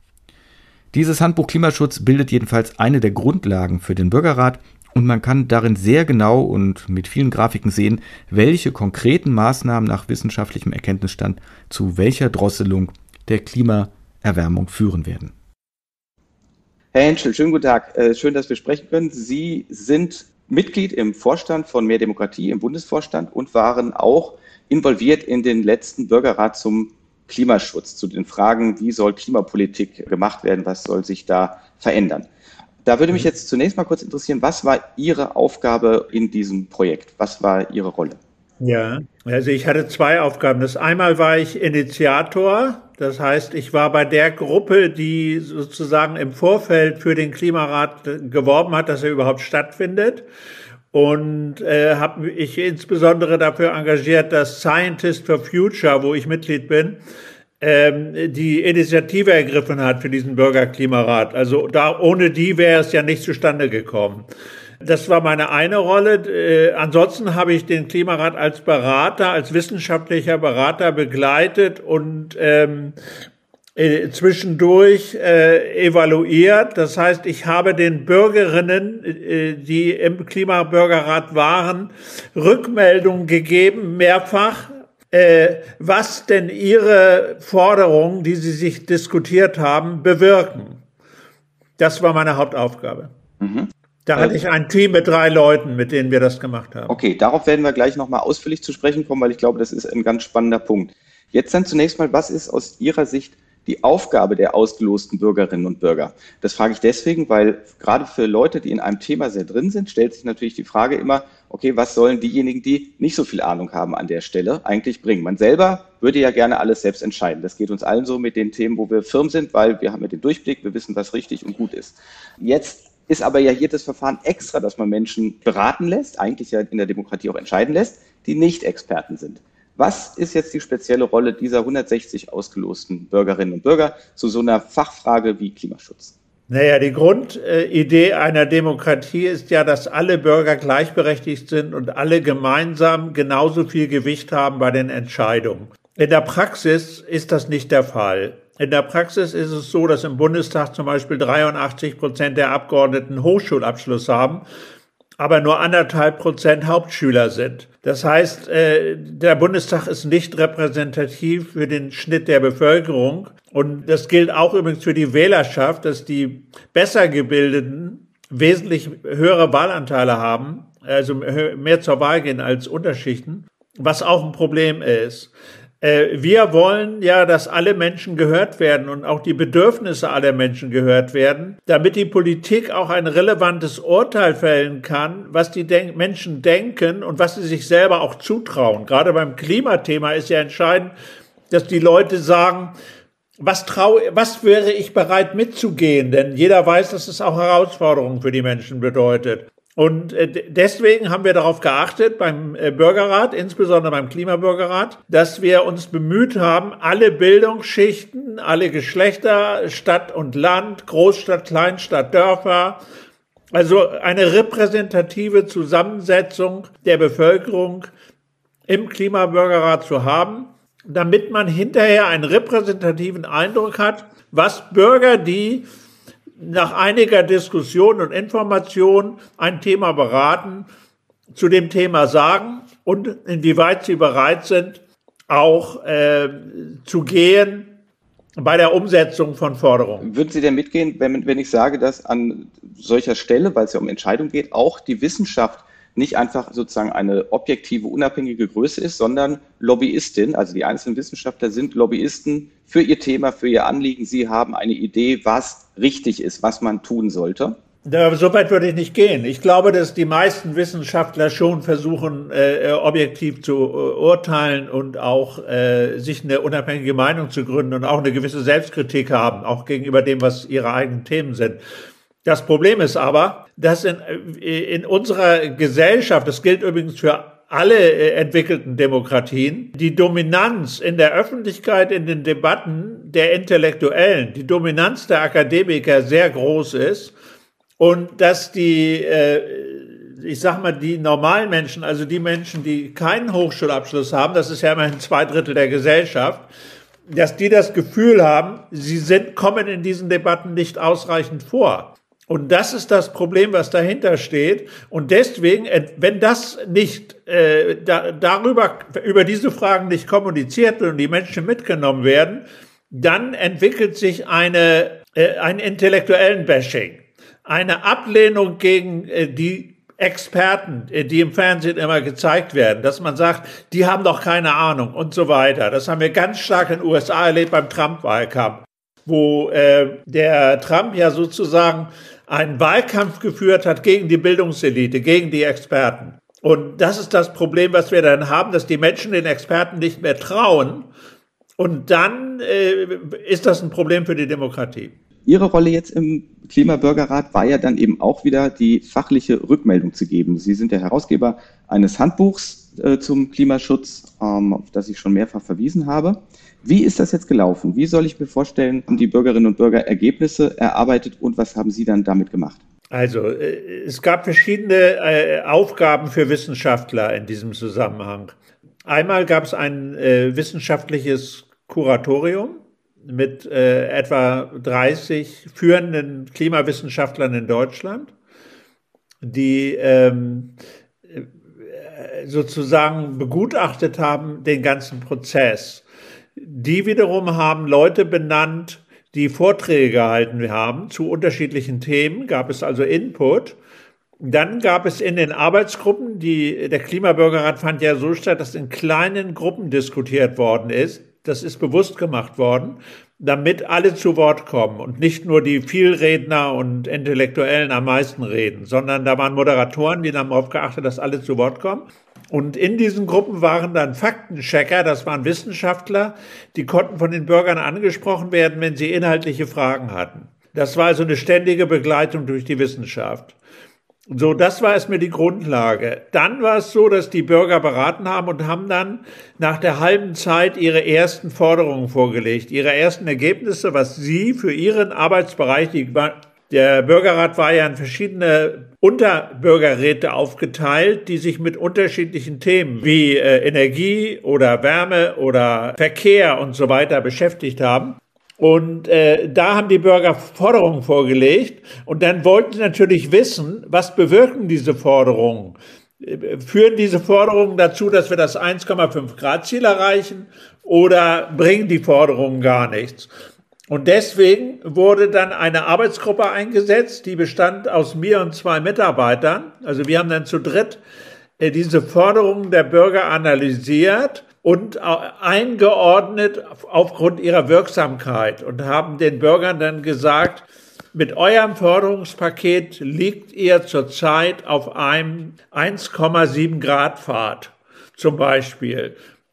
Dieses Handbuch Klimaschutz bildet jedenfalls eine der Grundlagen für den Bürgerrat und man kann darin sehr genau und mit vielen Grafiken sehen, welche konkreten Maßnahmen nach wissenschaftlichem Erkenntnisstand zu welcher Drosselung der Klimaerwärmung führen werden. Herr Henschel, schönen guten Tag. Schön, dass wir sprechen können. Sie sind Mitglied im Vorstand von Mehr Demokratie, im Bundesvorstand und waren auch involviert in den letzten Bürgerrat zum Klimaschutz, zu den Fragen, wie soll Klimapolitik gemacht werden, was soll sich da verändern. Da würde mich jetzt zunächst mal kurz interessieren, was war Ihre Aufgabe in diesem Projekt? Was war Ihre Rolle? Ja, also ich hatte zwei Aufgaben. Das einmal war ich Initiator, das heißt, ich war bei der Gruppe, die sozusagen im Vorfeld für den Klimarat geworben hat, dass er überhaupt stattfindet. Und äh, habe mich insbesondere dafür engagiert, dass Scientist for Future, wo ich Mitglied bin, ähm, die Initiative ergriffen hat für diesen Bürgerklimarat. Also da ohne die wäre es ja nicht zustande gekommen. Das war meine eine Rolle. Äh, ansonsten habe ich den Klimarat als Berater, als wissenschaftlicher Berater begleitet und ähm, äh, zwischendurch äh, evaluiert. Das heißt, ich habe den Bürgerinnen, äh, die im Klimabürgerrat waren, Rückmeldungen gegeben, mehrfach äh, was denn Ihre Forderungen, die Sie sich diskutiert haben, bewirken. Das war meine Hauptaufgabe. Mhm. Da hatte ich ein Team mit drei Leuten, mit denen wir das gemacht haben. Okay, darauf werden wir gleich nochmal ausführlich zu sprechen kommen, weil ich glaube, das ist ein ganz spannender Punkt. Jetzt dann zunächst mal, was ist aus Ihrer Sicht die Aufgabe der ausgelosten Bürgerinnen und Bürger? Das frage ich deswegen, weil gerade für Leute, die in einem Thema sehr drin sind, stellt sich natürlich die Frage immer, okay, was sollen diejenigen, die nicht so viel Ahnung haben an der Stelle, eigentlich bringen? Man selber würde ja gerne alles selbst entscheiden. Das geht uns allen so mit den Themen, wo wir firm sind, weil wir haben ja den Durchblick, wir wissen, was richtig und gut ist. Jetzt ist aber ja hier das Verfahren extra, dass man Menschen beraten lässt, eigentlich ja in der Demokratie auch entscheiden lässt, die nicht Experten sind. Was ist jetzt die spezielle Rolle dieser hundertsechzig ausgelosten Bürgerinnen und Bürger zu so einer Fachfrage wie Klimaschutz? Naja, die Grundidee einer Demokratie ist ja, dass alle Bürger gleichberechtigt sind und alle gemeinsam genauso viel Gewicht haben bei den Entscheidungen. In der Praxis ist das nicht der Fall. In der Praxis ist es so, dass im Bundestag zum Beispiel dreiundachtzig Prozent der Abgeordneten Hochschulabschluss haben, aber nur anderthalb Prozent Hauptschüler sind. Das heißt, der Bundestag ist nicht repräsentativ für den Schnitt der Bevölkerung. Und das gilt auch übrigens für die Wählerschaft, dass die besser gebildeten wesentlich höhere Wahlanteile haben, also mehr zur Wahl gehen als Unterschichten, was auch ein Problem ist. Wir wollen ja, dass alle Menschen gehört werden und auch die Bedürfnisse aller Menschen gehört werden, damit die Politik auch ein relevantes Urteil fällen kann, was die Denk- Menschen denken und was sie sich selber auch zutrauen. Gerade beim Klimathema ist ja entscheidend, dass die Leute sagen, was traue, was wäre ich bereit mitzugehen? Denn jeder weiß, dass es auch Herausforderungen für die Menschen bedeutet. Und deswegen haben wir darauf geachtet beim Bürgerrat, insbesondere beim Klimabürgerrat, dass wir uns bemüht haben, alle Bildungsschichten, alle Geschlechter, Stadt und Land, Großstadt, Kleinstadt, Dörfer, also eine repräsentative Zusammensetzung der Bevölkerung im Klimabürgerrat zu haben, damit man hinterher einen repräsentativen Eindruck hat, was Bürger, die nach einiger Diskussion und Information ein Thema beraten, zu dem Thema sagen und inwieweit sie bereit sind, auch äh, zu gehen bei der Umsetzung von Forderungen. Würden Sie denn mitgehen, wenn, wenn ich sage, dass an solcher Stelle, weil es ja um Entscheidungen geht, auch die Wissenschaft nicht einfach sozusagen eine objektive, unabhängige Größe ist, sondern Lobbyistin, also die einzelnen Wissenschaftler sind Lobbyisten für ihr Thema, für ihr Anliegen. Sie haben eine Idee, was richtig ist, was man tun sollte. Da, so weit würde ich nicht gehen. Ich glaube, dass die meisten Wissenschaftler schon versuchen, äh, objektiv zu äh, urteilen und auch äh, sich eine unabhängige Meinung zu gründen und auch eine gewisse Selbstkritik haben, auch gegenüber dem, was ihre eigenen Themen sind. Das Problem ist aber, dass in, in unserer Gesellschaft, das gilt übrigens für alle entwickelten Demokratien, die Dominanz in der Öffentlichkeit, in den Debatten der Intellektuellen, die Dominanz der Akademiker sehr groß ist und dass die, ich sag mal, die normalen Menschen, also die Menschen, die keinen Hochschulabschluss haben, das ist ja immerhin zwei Drittel der Gesellschaft, dass die das Gefühl haben, sie sind, kommen in diesen Debatten nicht ausreichend vor. Und das ist das Problem, was dahinter steht. Und deswegen, wenn das nicht äh, da, darüber über diese Fragen nicht kommuniziert wird und die Menschen mitgenommen werden, dann entwickelt sich eine äh, ein intellektuellen Bashing, eine Ablehnung gegen äh, die Experten, äh, die im Fernsehen immer gezeigt werden, dass man sagt, die haben doch keine Ahnung und so weiter. Das haben wir ganz stark in den U S A erlebt beim Trump-Wahlkampf, wo äh, der Trump ja sozusagen einen Wahlkampf geführt hat gegen die Bildungselite, gegen die Experten. Und das ist das Problem, was wir dann haben, dass die Menschen den Experten nicht mehr trauen. Und dann äh, ist das ein Problem für die Demokratie. Ihre Rolle jetzt im Klimabürgerrat war ja dann eben auch wieder die fachliche Rückmeldung zu geben. Sie sind der Herausgeber eines Handbuchs äh, zum Klimaschutz, ähm, auf das ich schon mehrfach verwiesen habe. Wie ist das jetzt gelaufen? Wie soll ich mir vorstellen, haben die Bürgerinnen und Bürger Ergebnisse erarbeitet und was haben Sie dann damit gemacht? Also es gab verschiedene Aufgaben für Wissenschaftler in diesem Zusammenhang. Einmal gab es ein wissenschaftliches Kuratorium mit etwa dreißig führenden Klimawissenschaftlern in Deutschland, die sozusagen begutachtet haben, den ganzen Prozess. Die wiederum haben Leute benannt, die Vorträge gehalten haben zu unterschiedlichen Themen, gab es also Input. Dann gab es in den Arbeitsgruppen, die, der Klimabürgerrat fand ja so statt, dass in kleinen Gruppen diskutiert worden ist. Das ist bewusst gemacht worden, damit alle zu Wort kommen und nicht nur die Vielredner und Intellektuellen am meisten reden, sondern da waren Moderatoren, die haben darauf geachtet, dass alle zu Wort kommen. Und in diesen Gruppen waren dann Faktenchecker, das waren Wissenschaftler, die konnten von den Bürgern angesprochen werden, wenn sie inhaltliche Fragen hatten. Das war also eine ständige Begleitung durch die Wissenschaft. So, das war erstmal die Grundlage. Dann war es so, dass die Bürger beraten haben und haben dann nach der halben Zeit ihre ersten Forderungen vorgelegt, ihre ersten Ergebnisse, was sie für ihren Arbeitsbereich, die, der Bürgerrat war ja in verschiedene Unterbürgerräte aufgeteilt, die sich mit unterschiedlichen Themen wie äh, Energie oder Wärme oder Verkehr und so weiter beschäftigt haben. Und äh, da haben die Bürger Forderungen vorgelegt und dann wollten sie natürlich wissen, was bewirken diese Forderungen? Führen diese Forderungen dazu, dass wir das eins Komma fünf Grad Ziel erreichen oder bringen die Forderungen gar nichts? Und deswegen wurde dann eine Arbeitsgruppe eingesetzt, die bestand aus mir und zwei Mitarbeitern. Also wir haben dann zu dritt äh, diese Forderungen der Bürger analysiert und eingeordnet aufgrund ihrer Wirksamkeit und haben den Bürgern dann gesagt, mit eurem Forderungspaket liegt ihr zurzeit auf einem eins Komma sieben Grad Pfad zum Beispiel.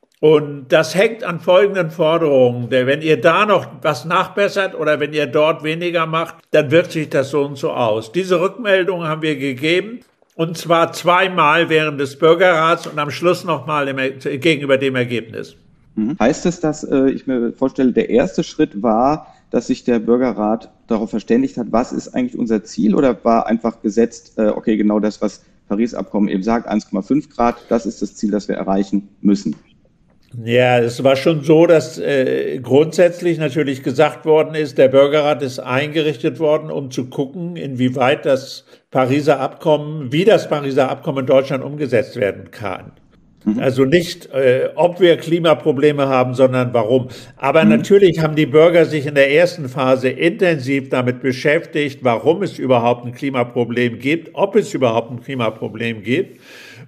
Und das hängt an folgenden Forderungen. Denn wenn ihr da noch was nachbessert oder wenn ihr dort weniger macht, dann wirkt sich das so und so aus. Diese Rückmeldung haben wir gegeben. Und zwar zweimal während des Bürgerrats und am Schluss nochmal gegenüber dem Ergebnis. Heißt es, dass äh, ich mir vorstelle, der erste Schritt war, dass sich der Bürgerrat darauf verständigt hat, was ist eigentlich unser Ziel, oder war einfach gesetzt, äh, okay, genau das, was Paris-Abkommen eben sagt, eins Komma fünf Grad, das ist das Ziel, das wir erreichen müssen? Ja, es war schon so, dass äh, grundsätzlich natürlich gesagt worden ist, der Bürgerrat ist eingerichtet worden, um zu gucken, inwieweit das Pariser Abkommen, wie das Pariser Abkommen in Deutschland umgesetzt werden kann. Mhm. Also nicht, äh, ob wir Klimaprobleme haben, sondern warum. Aber mhm. natürlich haben die Bürger sich in der ersten Phase intensiv damit beschäftigt, warum es überhaupt ein Klimaproblem gibt, ob es überhaupt ein Klimaproblem gibt.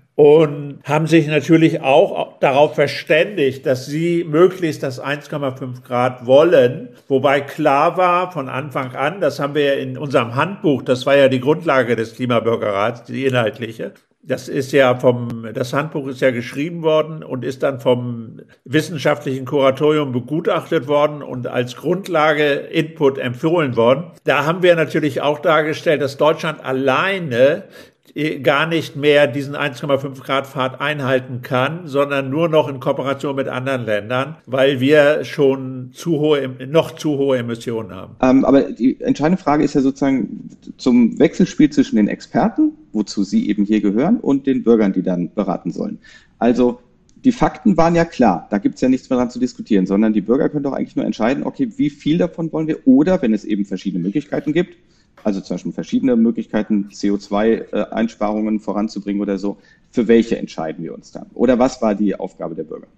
Und haben sich natürlich auch darauf verständigt, dass sie möglichst das eins Komma fünf Grad wollen, wobei klar war von Anfang an, das haben wir ja in unserem Handbuch, das war ja die Grundlage des Klimabürgerrats, die inhaltliche. Das ist ja vom, das Handbuch ist ja geschrieben worden und ist dann vom wissenschaftlichen Kuratorium begutachtet worden und als Grundlage Input empfohlen worden. Da haben wir natürlich auch dargestellt, dass Deutschland alleine gar nicht mehr diesen eins Komma fünf Grad Pfad einhalten kann, sondern nur noch in Kooperation mit anderen Ländern, weil wir schon zu hohe, noch zu hohe Emissionen haben. Ähm, aber die entscheidende Frage ist ja sozusagen zum Wechselspiel zwischen den Experten, wozu Sie eben hier gehören, und den Bürgern, die dann beraten sollen. Also die Fakten waren ja klar, da gibt es ja nichts mehr dran zu diskutieren, sondern die Bürger können doch eigentlich nur entscheiden, okay, wie viel davon wollen wir, oder wenn es eben verschiedene Möglichkeiten gibt, also zum Beispiel verschiedene Möglichkeiten, C O zwei Einsparungen voranzubringen oder so. Für welche entscheiden wir uns dann? Oder was war die Aufgabe der Bürger?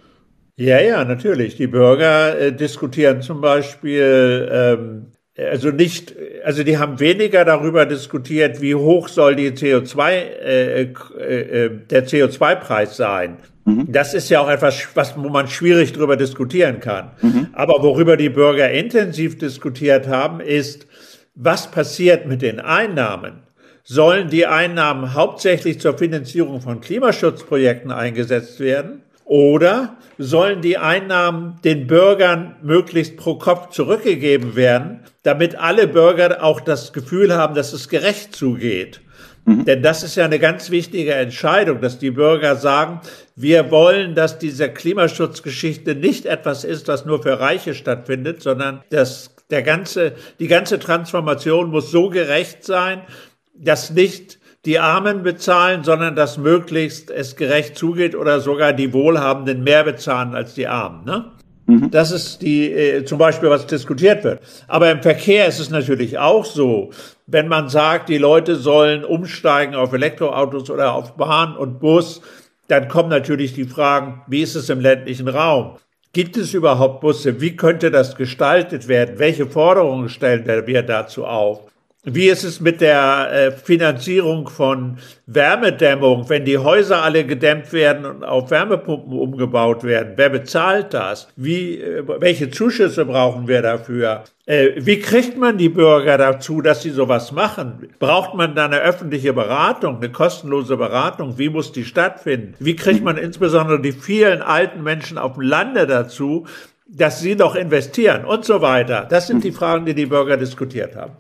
Ja, ja, natürlich. Die Bürger äh, diskutieren zum Beispiel, ähm, also nicht, also die haben weniger darüber diskutiert, wie hoch soll die C O zwei, äh, äh, der C O zwei Preis sein. Mhm. Das ist ja auch etwas, was, wo man schwierig darüber diskutieren kann. Mhm. Aber worüber die Bürger intensiv diskutiert haben, ist, was passiert mit den Einnahmen? Sollen die Einnahmen hauptsächlich zur Finanzierung von Klimaschutzprojekten eingesetzt werden? Oder sollen die Einnahmen den Bürgern möglichst pro Kopf zurückgegeben werden, damit alle Bürger auch das Gefühl haben, dass es gerecht zugeht? Mhm. Denn das ist ja eine ganz wichtige Entscheidung, dass die Bürger sagen, wir wollen, dass diese Klimaschutzgeschichte nicht etwas ist, was nur für Reiche stattfindet, sondern dass Der ganze, die ganze Transformation muss so gerecht sein, dass nicht die Armen bezahlen, sondern dass möglichst es gerecht zugeht oder sogar die Wohlhabenden mehr bezahlen als die Armen, ne? Das ist die, äh, zum Beispiel, was diskutiert wird. Aber im Verkehr ist es natürlich auch so, wenn man sagt, die Leute sollen umsteigen auf Elektroautos oder auf Bahn und Bus, dann kommen natürlich die Fragen, wie ist es im ländlichen Raum? Gibt es überhaupt Busse? Wie könnte das gestaltet werden? Welche Forderungen stellen wir dazu auf? Wie ist es mit der äh, Finanzierung von Wärmedämmung, wenn die Häuser alle gedämmt werden und auf Wärmepumpen umgebaut werden? Wer bezahlt das? Wie, äh, welche Zuschüsse brauchen wir dafür? Äh, wie kriegt man die Bürger dazu, dass sie sowas machen? Braucht man da eine öffentliche Beratung, eine kostenlose Beratung? Wie muss die stattfinden? Wie kriegt man insbesondere die vielen alten Menschen auf dem Lande dazu, dass sie noch investieren und so weiter? Das sind die Fragen, die die Bürger diskutiert haben.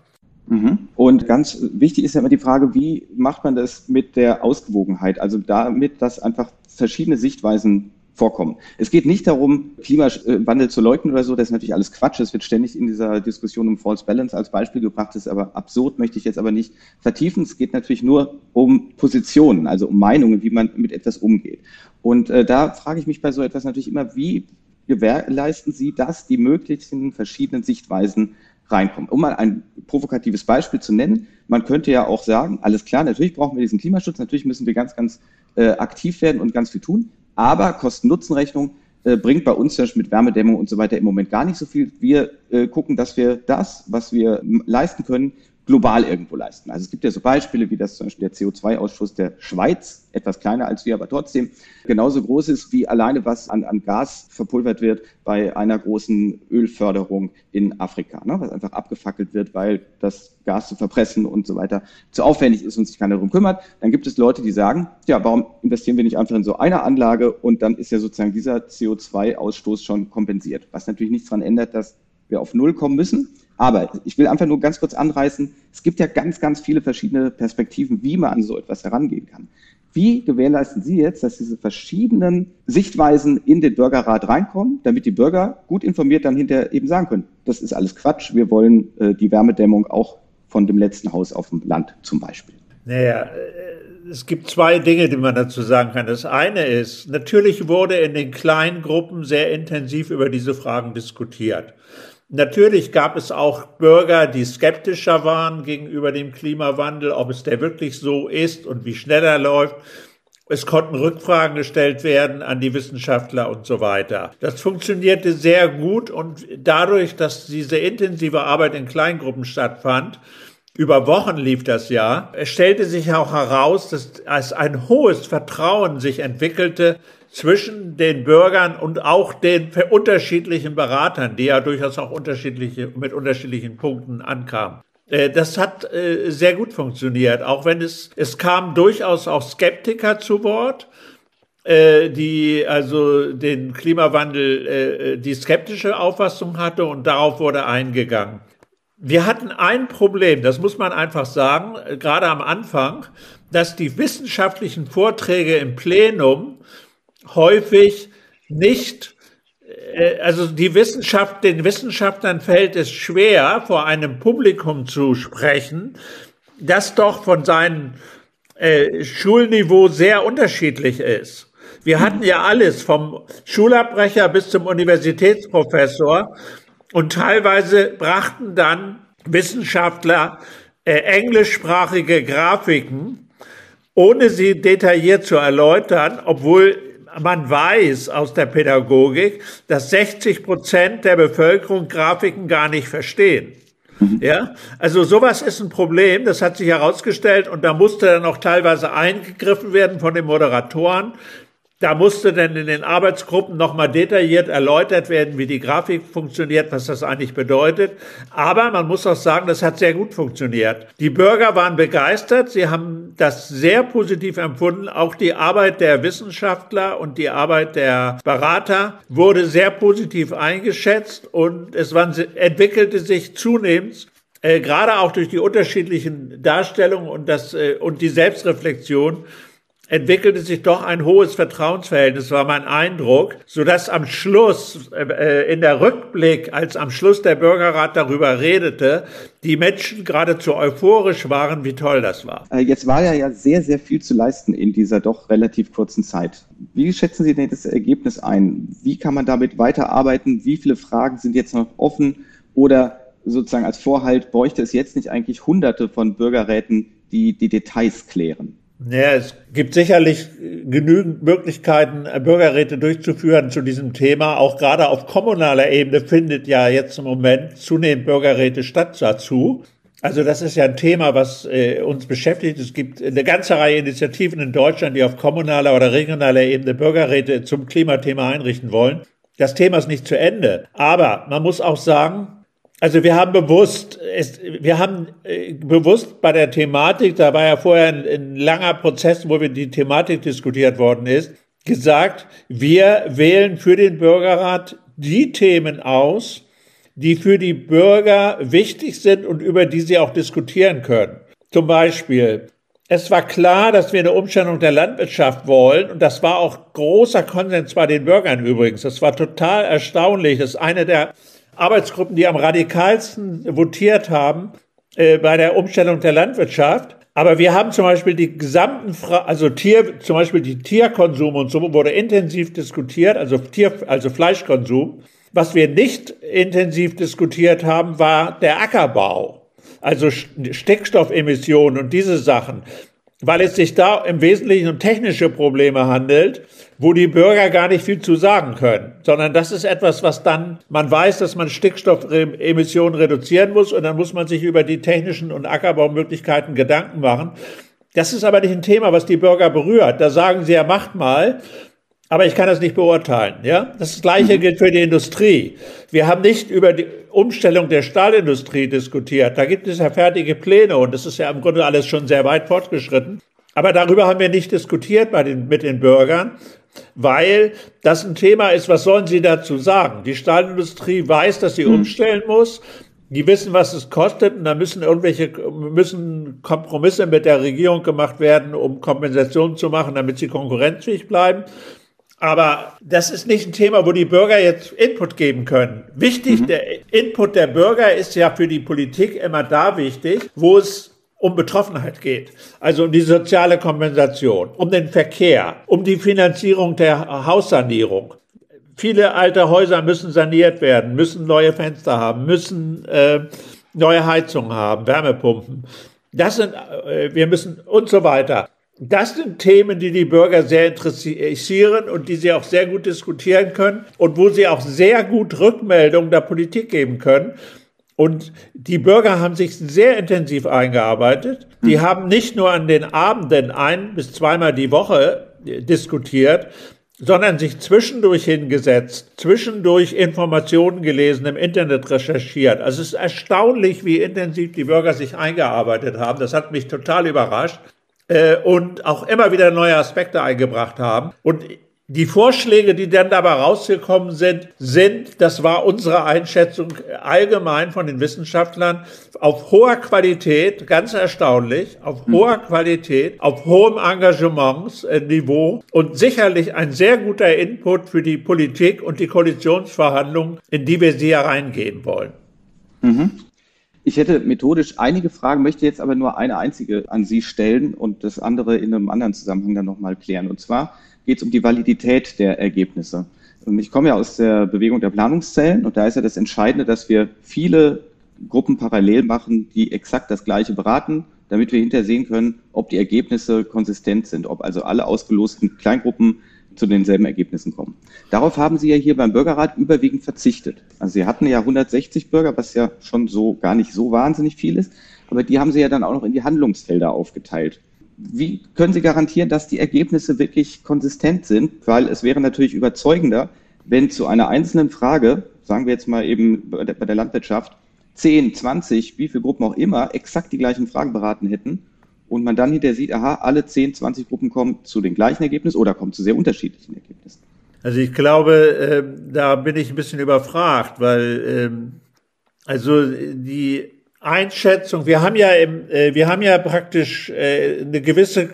Und ganz wichtig ist ja immer die Frage, wie macht man das mit der Ausgewogenheit? Also damit, dass einfach verschiedene Sichtweisen vorkommen. Es geht nicht darum, Klimawandel zu leugnen oder so, das ist natürlich alles Quatsch. Es wird ständig in dieser Diskussion um False Balance als Beispiel gebracht, das ist aber absurd, möchte ich jetzt aber nicht vertiefen. Es geht natürlich nur um Positionen, also um Meinungen, wie man mit etwas umgeht. Und äh, da frage ich mich bei so etwas natürlich immer, wie gewährleisten Sie, dass die möglichen verschiedenen Sichtweisen reinkommen. Um mal ein provokatives Beispiel zu nennen, man könnte ja auch sagen, alles klar, natürlich brauchen wir diesen Klimaschutz, natürlich müssen wir ganz, ganz äh, aktiv werden und ganz viel tun, aber Kosten-Nutzen-Rechnung äh, bringt bei uns zum Beispiel mit Wärmedämmung und so weiter im Moment gar nicht so viel. Wir äh, gucken, dass wir das, was wir leisten können, global irgendwo leisten. Also es gibt ja so Beispiele, wie das zum Beispiel der C O zwei Ausstoß der Schweiz, etwas kleiner als wir, aber trotzdem genauso groß ist wie alleine, was an, an Gas verpulvert wird bei einer großen Ölförderung in Afrika, ne? Was einfach abgefackelt wird, weil das Gas zu verpressen und so weiter zu aufwendig ist und sich keiner darum kümmert. Dann gibt es Leute, die sagen, ja, warum investieren wir nicht einfach in so eine Anlage und dann ist ja sozusagen dieser C O zwei Ausstoß schon kompensiert. Was natürlich nichts daran ändert, dass wir auf Null kommen müssen. Aber ich will einfach nur ganz kurz anreißen, es gibt ja ganz, ganz viele verschiedene Perspektiven, wie man an so etwas herangehen kann. Wie gewährleisten Sie jetzt, dass diese verschiedenen Sichtweisen in den Bürgerrat reinkommen, damit die Bürger gut informiert dann hinterher eben sagen können, das ist alles Quatsch, wir wollen äh, die Wärmedämmung auch von dem letzten Haus auf dem Land zum Beispiel? Naja, es gibt zwei Dinge, die man dazu sagen kann. Das eine ist, natürlich wurde in den kleinen Gruppen sehr intensiv über diese Fragen diskutiert. Natürlich gab es auch Bürger, die skeptischer waren gegenüber dem Klimawandel, ob es der wirklich so ist und wie schnell er läuft. Es konnten Rückfragen gestellt werden an die Wissenschaftler und so weiter. Das funktionierte sehr gut und dadurch, dass diese intensive Arbeit in Kleingruppen stattfand, über Wochen lief das ja, es stellte sich auch heraus, dass ein hohes Vertrauen sich entwickelte zwischen den Bürgern und auch den unterschiedlichen Beratern, die ja durchaus auch unterschiedliche, mit unterschiedlichen Punkten ankamen. Das hat sehr gut funktioniert, auch wenn es, es kamen durchaus auch Skeptiker zu Wort, die also den Klimawandel, die skeptische Auffassung hatte und darauf wurde eingegangen. Wir hatten ein Problem, das muss man einfach sagen, gerade am Anfang, dass die wissenschaftlichen Vorträge im Plenum häufig nicht, also die Wissenschaft, den Wissenschaftlern fällt es schwer, vor einem Publikum zu sprechen, das doch von seinem äh, Schulniveau sehr unterschiedlich ist. Wir hatten ja alles, vom Schulabbrecher bis zum Universitätsprofessor, und teilweise brachten dann Wissenschaftler äh, englischsprachige Grafiken, ohne sie detailliert zu erläutern, obwohl man weiß aus der Pädagogik, dass sechzig Prozent der Bevölkerung Grafiken gar nicht verstehen. Ja, also sowas ist ein Problem, das hat sich herausgestellt und da musste dann auch teilweise eingegriffen werden von den Moderatoren. Da musste dann in den Arbeitsgruppen nochmal detailliert erläutert werden, wie die Grafik funktioniert, was das eigentlich bedeutet. Aber man muss auch sagen, das hat sehr gut funktioniert. Die Bürger waren begeistert, sie haben das sehr positiv empfunden. Auch die Arbeit der Wissenschaftler und die Arbeit der Berater wurde sehr positiv eingeschätzt und es waren, entwickelte sich zunehmend, äh, gerade auch durch die unterschiedlichen Darstellungen und, das, äh, und die Selbstreflexion, entwickelte sich doch ein hohes Vertrauensverhältnis, war mein Eindruck, sodass am Schluss, äh, in der Rückblick, als am Schluss der Bürgerrat darüber redete, die Menschen geradezu euphorisch waren, wie toll das war. Jetzt war ja, ja sehr, sehr viel zu leisten in dieser doch relativ kurzen Zeit. Wie schätzen Sie denn das Ergebnis ein? Wie kann man damit weiterarbeiten? Wie viele Fragen sind jetzt noch offen? Oder sozusagen als Vorhalt, bräuchte es jetzt nicht eigentlich Hunderte von Bürgerräten, die die Details klären? Ja, es gibt sicherlich genügend Möglichkeiten, Bürgerräte durchzuführen zu diesem Thema. Auch gerade auf kommunaler Ebene findet ja jetzt im Moment zunehmend Bürgerräte statt dazu. Also das ist ja ein Thema, was äh, uns beschäftigt. Es gibt eine ganze Reihe Initiativen in Deutschland, die auf kommunaler oder regionaler Ebene Bürgerräte zum Klimathema einrichten wollen. Das Thema ist nicht zu Ende. Aber man muss auch sagen, also wir haben bewusst, es, wir haben äh, bewusst bei der Thematik, da war ja vorher ein, ein langer Prozess, wo wir die Thematik diskutiert worden ist, gesagt, wir wählen für den Bürgerrat die Themen aus, die für die Bürger wichtig sind und über die sie auch diskutieren können. Zum Beispiel, es war klar, dass wir eine Umstellung der Landwirtschaft wollen und das war auch großer Konsens bei den Bürgern übrigens. Das war total erstaunlich. Das ist eine der Arbeitsgruppen, die am radikalsten votiert haben äh, bei der Umstellung der Landwirtschaft. Aber wir haben zum Beispiel die gesamten, Fra- also Tier, zum Beispiel die Tierkonsum und so wurde intensiv diskutiert, also Tier, also Fleischkonsum. Was wir nicht intensiv diskutiert haben, war der Ackerbau, also Stickstoffemissionen und diese Sachen, weil es sich da im Wesentlichen um technische Probleme handelt, wo die Bürger gar nicht viel zu sagen können, sondern das ist etwas, was dann, man weiß, dass man Stickstoffemissionen reduzieren muss und dann muss man sich über die technischen und Ackerbaumöglichkeiten Gedanken machen. Das ist aber nicht ein Thema, was die Bürger berührt. Da sagen sie ja, macht mal, aber ich kann das nicht beurteilen. Ja, das Gleiche gilt für die Industrie. Wir haben nicht über die Umstellung der Stahlindustrie diskutiert. Da gibt es ja fertige Pläne und das ist ja im Grunde alles schon sehr weit fortgeschritten. Aber darüber haben wir nicht diskutiert bei den, mit den Bürgern, weil das ein Thema ist, was sollen sie dazu sagen? Die Stahlindustrie weiß, dass sie umstellen muss. Die wissen, was es kostet und da müssen irgendwelche, müssen Kompromisse mit der Regierung gemacht werden, um Kompensationen zu machen, damit sie konkurrenzfähig bleiben. Aber das ist nicht ein Thema, wo die Bürger jetzt Input geben können. Wichtig, mhm. der Input der Bürger ist ja für die Politik immer da wichtig, wo es um Betroffenheit geht. Also um die soziale Kompensation, um den Verkehr, um die Finanzierung der Haussanierung. Viele alte Häuser müssen saniert werden, müssen neue Fenster haben, müssen äh, neue Heizungen haben, Wärmepumpen. Das sind, äh, wir müssen und so weiter. Das sind Themen, die die Bürger sehr interessieren und die sie auch sehr gut diskutieren können und wo sie auch sehr gut Rückmeldungen der Politik geben können. Und die Bürger haben sich sehr intensiv eingearbeitet. Die haben nicht nur an den Abenden ein- bis zweimal die Woche diskutiert, sondern sich zwischendurch hingesetzt, zwischendurch Informationen gelesen, im Internet recherchiert. Also es ist erstaunlich, wie intensiv die Bürger sich eingearbeitet haben. Das hat mich total überrascht. Und auch immer wieder neue Aspekte eingebracht haben. Und die Vorschläge, die dann dabei rausgekommen sind, sind, das war unsere Einschätzung allgemein von den Wissenschaftlern, auf hoher Qualität, ganz erstaunlich, auf hoher Qualität, auf hohem Engagementsniveau und sicherlich ein sehr guter Input für die Politik und die Koalitionsverhandlungen, in die wir sie hereingehen wollen. Mhm. Ich hätte methodisch einige Fragen, möchte jetzt aber nur eine einzige an Sie stellen und das andere in einem anderen Zusammenhang dann nochmal klären. Und zwar geht es um die Validität der Ergebnisse. Ich komme ja aus der Bewegung der Planungszellen und da ist ja das Entscheidende, dass wir viele Gruppen parallel machen, die exakt das Gleiche beraten, damit wir hinterher sehen können, ob die Ergebnisse konsistent sind, ob also alle ausgelosten Kleingruppen zu denselben Ergebnissen kommen. Darauf haben Sie ja hier beim Bürgerrat überwiegend verzichtet. Also Sie hatten ja hundertsechzig Bürger, was ja schon so gar nicht so wahnsinnig viel ist, aber die haben Sie ja dann auch noch in die Handlungsfelder aufgeteilt. Wie können Sie garantieren, dass die Ergebnisse wirklich konsistent sind? Weil es wäre natürlich überzeugender, wenn zu einer einzelnen Frage, sagen wir jetzt mal eben bei der, bei der Landwirtschaft, zehn, zwanzig, wie viele Gruppen auch immer, exakt die gleichen Fragen beraten hätten und man dann hinterher sieht, aha, alle zehn, zwanzig Gruppen kommen zu den gleichen Ergebnissen oder kommen zu sehr unterschiedlichen Ergebnissen. Also ich glaube, äh, da bin ich ein bisschen überfragt, weil ähm, also die Einschätzung, wir haben ja im, äh, wir haben ja praktisch äh, eine gewisse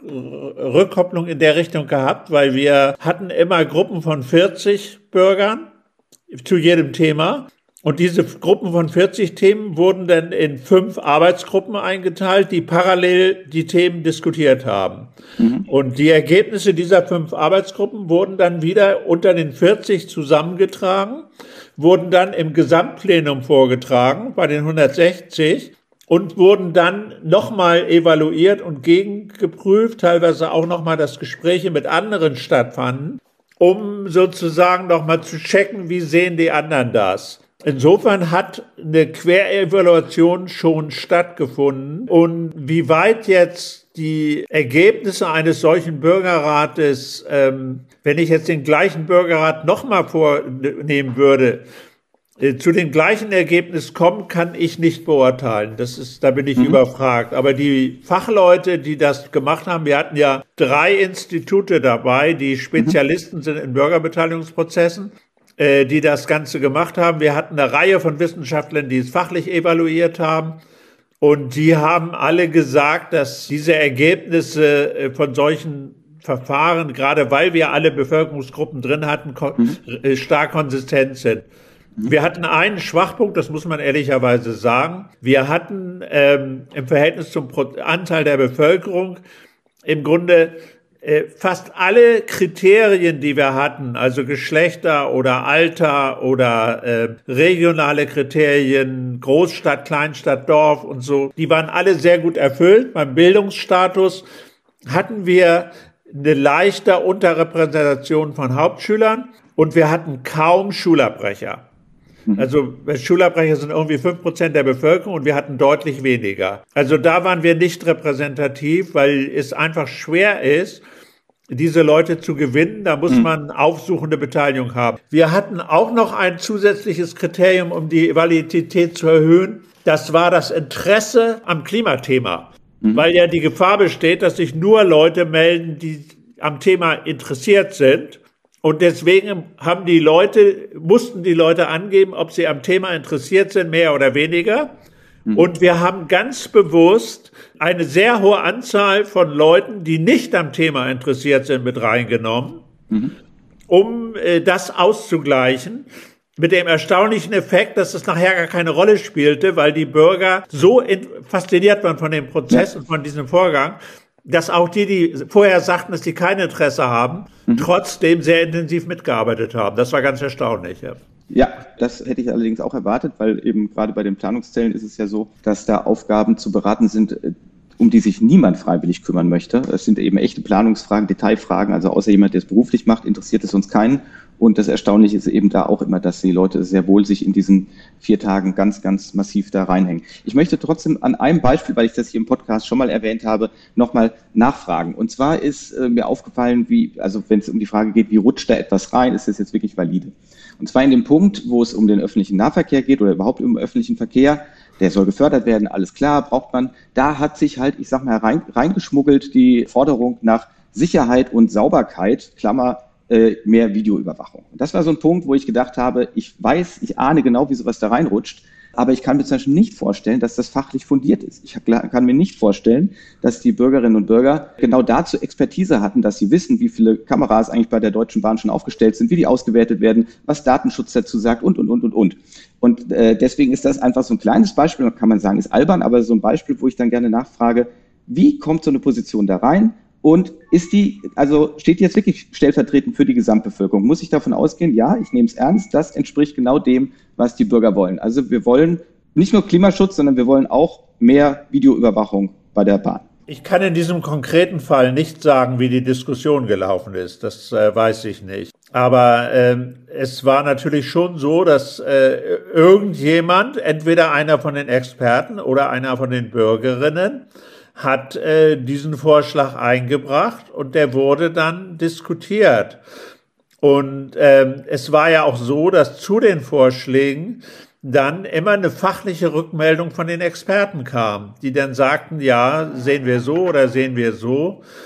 Rückkopplung in der Richtung gehabt, weil wir hatten immer Gruppen von vierzig Bürgern zu jedem Thema. Und diese Gruppen von vierzig Themen wurden dann in fünf Arbeitsgruppen eingeteilt, die parallel die Themen diskutiert haben. Mhm. Und die Ergebnisse dieser fünf Arbeitsgruppen wurden dann wieder unter den vierzig zusammengetragen, wurden dann im Gesamtplenum vorgetragen bei den hundertsechzig und wurden dann nochmal evaluiert und gegengeprüft, teilweise auch nochmal, dass Gespräche mit anderen stattfanden, um sozusagen nochmal zu checken, wie sehen die anderen das. Insofern hat eine Querevaluation schon stattgefunden und wie weit jetzt die Ergebnisse eines solchen Bürgerrates, ähm, wenn ich jetzt den gleichen Bürgerrat nochmal vornehmen würde, äh, zu dem gleichen Ergebnis kommen, kann ich nicht beurteilen. Das ist, da bin ich mhm. überfragt. Aber die Fachleute, die das gemacht haben, wir hatten ja drei Institute dabei, die Spezialisten mhm. sind in Bürgerbeteiligungsprozessen, die das Ganze gemacht haben. Wir hatten eine Reihe von Wissenschaftlern, die es fachlich evaluiert haben. Und die haben alle gesagt, dass diese Ergebnisse von solchen Verfahren, gerade weil wir alle Bevölkerungsgruppen drin hatten, mhm. stark konsistent sind. Mhm. Wir hatten einen Schwachpunkt, das muss man ehrlicherweise sagen. Wir hatten ähm, im Verhältnis zum Anteil der Bevölkerung im Grunde fast alle Kriterien, die wir hatten, also Geschlechter oder Alter oder äh, regionale Kriterien, Großstadt, Kleinstadt, Dorf und so, die waren alle sehr gut erfüllt. Beim Bildungsstatus hatten wir eine leichte Unterrepräsentation von Hauptschülern und wir hatten kaum Schulabbrecher. Also Schulabbrecher sind irgendwie fünf Prozent der Bevölkerung und wir hatten deutlich weniger. Also da waren wir nicht repräsentativ, weil es einfach schwer ist, diese Leute zu gewinnen. Da muss man aufsuchende Beteiligung haben. Wir hatten auch noch ein zusätzliches Kriterium, um die Validität zu erhöhen. Das war das Interesse am Klimathema. Mhm. Weil ja die Gefahr besteht, dass sich nur Leute melden, die am Thema interessiert sind. Und deswegen haben die Leute, mussten die Leute angeben, ob sie am Thema interessiert sind, mehr oder weniger. Mhm. Und wir haben ganz bewusst eine sehr hohe Anzahl von Leuten, die nicht am Thema interessiert sind, mit reingenommen, mhm. um äh, das auszugleichen. Mit dem erstaunlichen Effekt, dass es nachher gar keine Rolle spielte, weil die Bürger so in, fasziniert waren von dem Prozess ja. und von diesem Vorgang, dass auch die, die vorher sagten, dass sie kein Interesse haben, mhm. trotzdem sehr intensiv mitgearbeitet haben. Das war ganz erstaunlich. Ja. Ja, das hätte ich allerdings auch erwartet, weil eben gerade bei den Planungszellen ist es ja so, dass da Aufgaben zu beraten sind, um die sich niemand freiwillig kümmern möchte. Es sind eben echte Planungsfragen, Detailfragen, also außer jemand, der es beruflich macht, interessiert es uns keinen. Und das Erstaunliche ist eben da auch immer, dass die Leute sehr wohl sich in diesen vier Tagen ganz, ganz massiv da reinhängen. Ich möchte trotzdem an einem Beispiel, weil ich das hier im Podcast schon mal erwähnt habe, nochmal nachfragen. Und zwar ist äh, mir aufgefallen, wie, also wenn es um die Frage geht, wie rutscht da etwas rein, ist das jetzt wirklich valide? Und zwar in dem Punkt, wo es um den öffentlichen Nahverkehr geht oder überhaupt um öffentlichen Verkehr, der soll gefördert werden, alles klar, braucht man. Da hat sich halt, ich sag mal, rein, reingeschmuggelt die Forderung nach Sicherheit und Sauberkeit, Klammer, mehr Videoüberwachung. Und das war so ein Punkt, wo ich gedacht habe, ich weiß, ich ahne genau, wie sowas da reinrutscht, aber ich kann mir zum Beispiel nicht vorstellen, dass das fachlich fundiert ist. Ich kann mir nicht vorstellen, dass die Bürgerinnen und Bürger genau dazu Expertise hatten, dass sie wissen, wie viele Kameras eigentlich bei der Deutschen Bahn schon aufgestellt sind, wie die ausgewertet werden, was Datenschutz dazu sagt und, und, und, und, und. Und äh, deswegen ist das einfach so ein kleines Beispiel, kann man sagen, ist albern, aber so ein Beispiel, wo ich dann gerne nachfrage, wie kommt so eine Position da rein? Und ist die, also steht die jetzt wirklich stellvertretend für die Gesamtbevölkerung? Muss ich davon ausgehen, ja, ich nehme es ernst, das entspricht genau dem, was die Bürger wollen. Also wir wollen nicht nur Klimaschutz, sondern wir wollen auch mehr Videoüberwachung bei der Bahn. Ich kann in diesem konkreten Fall nicht sagen, wie die Diskussion gelaufen ist. Das äh, weiß ich nicht. Aber ähm, es war natürlich schon so, dass äh, irgendjemand, entweder einer von den Experten oder einer von den Bürgerinnen, hat äh, diesen Vorschlag eingebracht und der wurde dann diskutiert. Und ähm, es war ja auch so, dass zu den Vorschlägen dann immer eine fachliche Rückmeldung von den Experten kam, die dann sagten, ja, sehen wir so oder sehen wir so.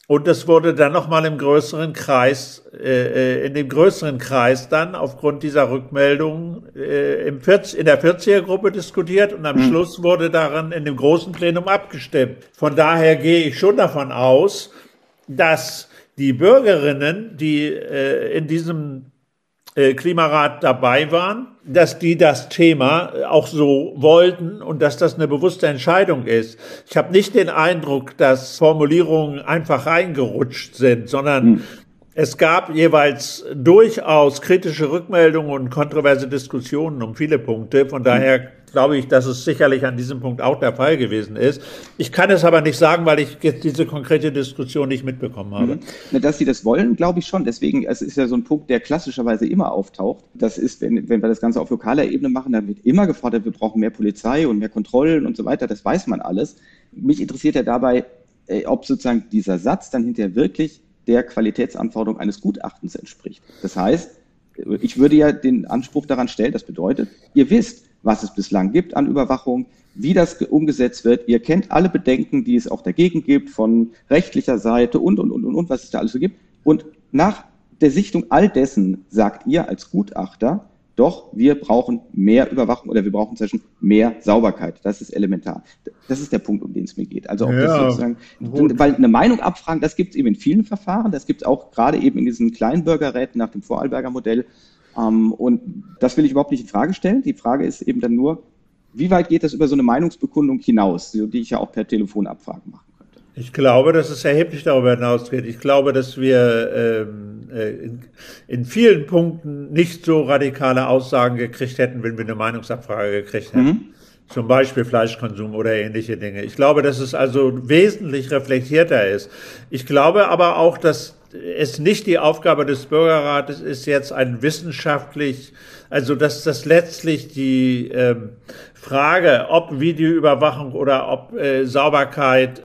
Und das wurde dann nochmal im größeren Kreis, äh, in dem größeren Kreis dann aufgrund dieser Rückmeldungen äh, im vierzig, in der vierziger-Gruppe diskutiert und am mhm. Schluss wurde daran in dem großen Plenum abgestimmt. Von daher gehe ich schon davon aus, dass die Bürgerinnen, die äh, in diesem äh, Klimarat dabei waren, dass die das Thema auch so wollten und dass das eine bewusste Entscheidung ist. Ich habe nicht den Eindruck, dass Formulierungen einfach reingerutscht sind, sondern hm. es gab jeweils durchaus kritische Rückmeldungen und kontroverse Diskussionen um viele Punkte. Von daher glaube ich, dass es sicherlich an diesem Punkt auch der Fall gewesen ist. Ich kann es aber nicht sagen, weil ich jetzt diese konkrete Diskussion nicht mitbekommen habe. Mhm. Dass Sie das wollen, glaube ich schon. Deswegen, es ist ja so ein Punkt, der klassischerweise immer auftaucht. Das ist, wenn, wenn wir das Ganze auf lokaler Ebene machen, dann wird immer gefordert, wir brauchen mehr Polizei und mehr Kontrollen und so weiter. Das weiß man alles. Mich interessiert ja dabei, ob sozusagen dieser Satz dann hinterher wirklich der Qualitätsanforderung eines Gutachtens entspricht. Das heißt, ich würde ja den Anspruch daran stellen, das bedeutet, ihr wisst, was es bislang gibt an Überwachung, wie das umgesetzt wird. Ihr kennt alle Bedenken, die es auch dagegen gibt, von rechtlicher Seite und, und, und, und, und, was es da alles so gibt. Und nach der Sichtung all dessen sagt ihr als Gutachter, doch, wir brauchen mehr Überwachung oder wir brauchen zum Beispiel mehr Sauberkeit. Das ist elementar. Das ist der Punkt, um den es mir geht. Also, ob ja, das sozusagen, gut. Weil eine Meinung abfragen, das gibt es eben in vielen Verfahren. Das gibt es auch gerade eben in diesen kleinen Bürgerräten nach dem Vorarlberger Modell. Um, und das will ich überhaupt nicht in Frage stellen. Die Frage ist eben dann nur, wie weit geht das über so eine Meinungsbekundung hinaus, die ich ja auch per Telefonabfrage machen könnte? Ich glaube, dass es erheblich darüber hinausgeht. Ich glaube, dass wir ähm, in, in vielen Punkten nicht so radikale Aussagen gekriegt hätten, wenn wir eine Meinungsabfrage gekriegt hätten. Mhm. Zum Beispiel Fleischkonsum oder ähnliche Dinge. Ich glaube, dass es also wesentlich reflektierter ist. Ich glaube aber auch, dass es nicht die Aufgabe des Bürgerrates ist, jetzt ein wissenschaftlich, also dass das letztlich die ähm, Frage, ob Videoüberwachung oder ob äh, Sauberkeit,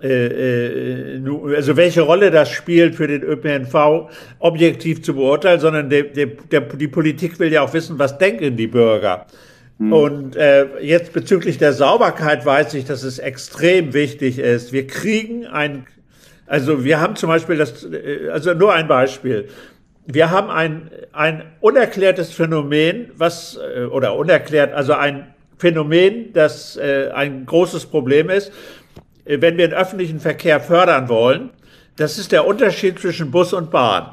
äh, äh, also welche Rolle das spielt für den Ö P N V, objektiv zu beurteilen, sondern de, de, de, die Politik will ja auch wissen, was denken die Bürger. Mhm. Und äh, jetzt bezüglich der Sauberkeit weiß ich, dass es extrem wichtig ist. Wir kriegen ein Also wir haben zum Beispiel das, also nur ein Beispiel. Wir haben ein, ein unerklärtes Phänomen, was, oder unerklärt, also ein Phänomen, das äh, ein großes Problem ist, wenn wir den öffentlichen Verkehr fördern wollen. Das ist der Unterschied zwischen Bus und Bahn.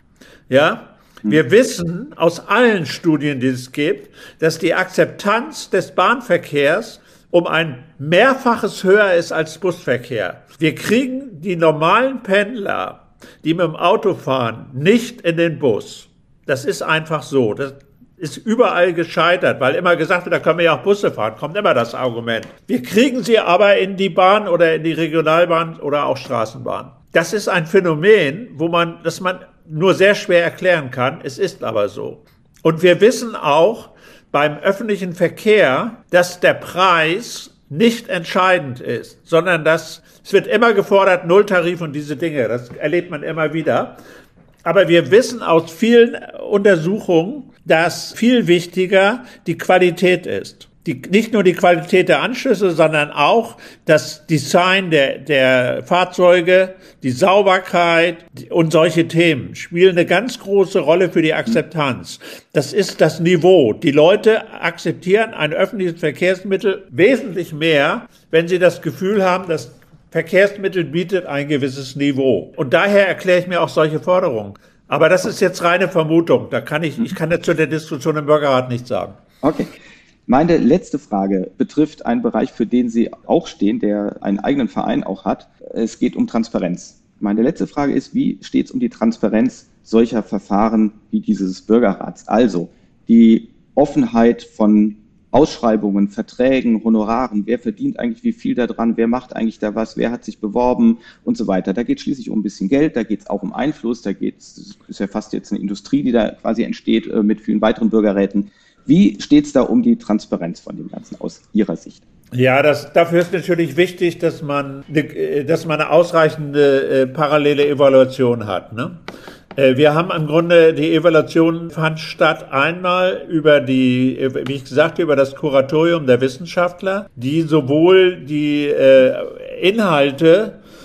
Ja? Wir wissen aus allen Studien, die es gibt, dass die Akzeptanz des Bahnverkehrs um ein Mehrfaches höher ist als Busverkehr. Wir kriegen die normalen Pendler, die mit dem Auto fahren, nicht in den Bus. Das ist einfach so. Das ist überall gescheitert, weil immer gesagt wird, da können wir ja auch Busse fahren. Kommt immer das Argument. Wir kriegen sie aber in die Bahn oder in die Regionalbahn oder auch Straßenbahn. Das ist ein Phänomen, wo man, das man nur sehr schwer erklären kann. Es ist aber so. Und wir wissen auch beim öffentlichen Verkehr, dass der Preis nicht entscheidend ist, sondern dass es wird immer gefordert, Nulltarif und diese Dinge. Das erlebt man immer wieder. Aber wir wissen aus vielen Untersuchungen, dass viel wichtiger die Qualität ist. Die, nicht nur die Qualität der Anschlüsse, sondern auch das Design der, der Fahrzeuge, die Sauberkeit und solche Themen spielen eine ganz große Rolle für die Akzeptanz. Das ist das Niveau. Die Leute akzeptieren ein öffentliches Verkehrsmittel wesentlich mehr, wenn sie das Gefühl haben, das Verkehrsmittel bietet ein gewisses Niveau. Und daher erkläre ich mir auch solche Forderungen. Aber das ist jetzt reine Vermutung. Da kann ich, ich kann jetzt zu der Diskussion im Bürgerrat nichts sagen. Okay. Meine letzte Frage betrifft einen Bereich, für den Sie auch stehen, der einen eigenen Verein auch hat. Es geht um Transparenz. Meine letzte Frage ist, wie steht es um die Transparenz solcher Verfahren wie dieses Bürgerrats? Also die Offenheit von Ausschreibungen, Verträgen, Honoraren, wer verdient eigentlich wie viel da dran, wer macht eigentlich da was, wer hat sich beworben und so weiter. Da geht es schließlich um ein bisschen Geld, da geht es auch um Einfluss, da geht es, ist ja fast jetzt eine Industrie, die da quasi entsteht mit vielen weiteren Bürgerräten. Wie steht es da um die Transparenz von dem Ganzen aus Ihrer Sicht? Ja, das, dafür ist natürlich wichtig, dass man, dass man eine ausreichende äh, parallele Evaluation hat. Ne? Äh, wir haben im Grunde, die Evaluation fand statt einmal über die, wie ich gesagt, über das Kuratorium der Wissenschaftler, die sowohl die äh, Inhalte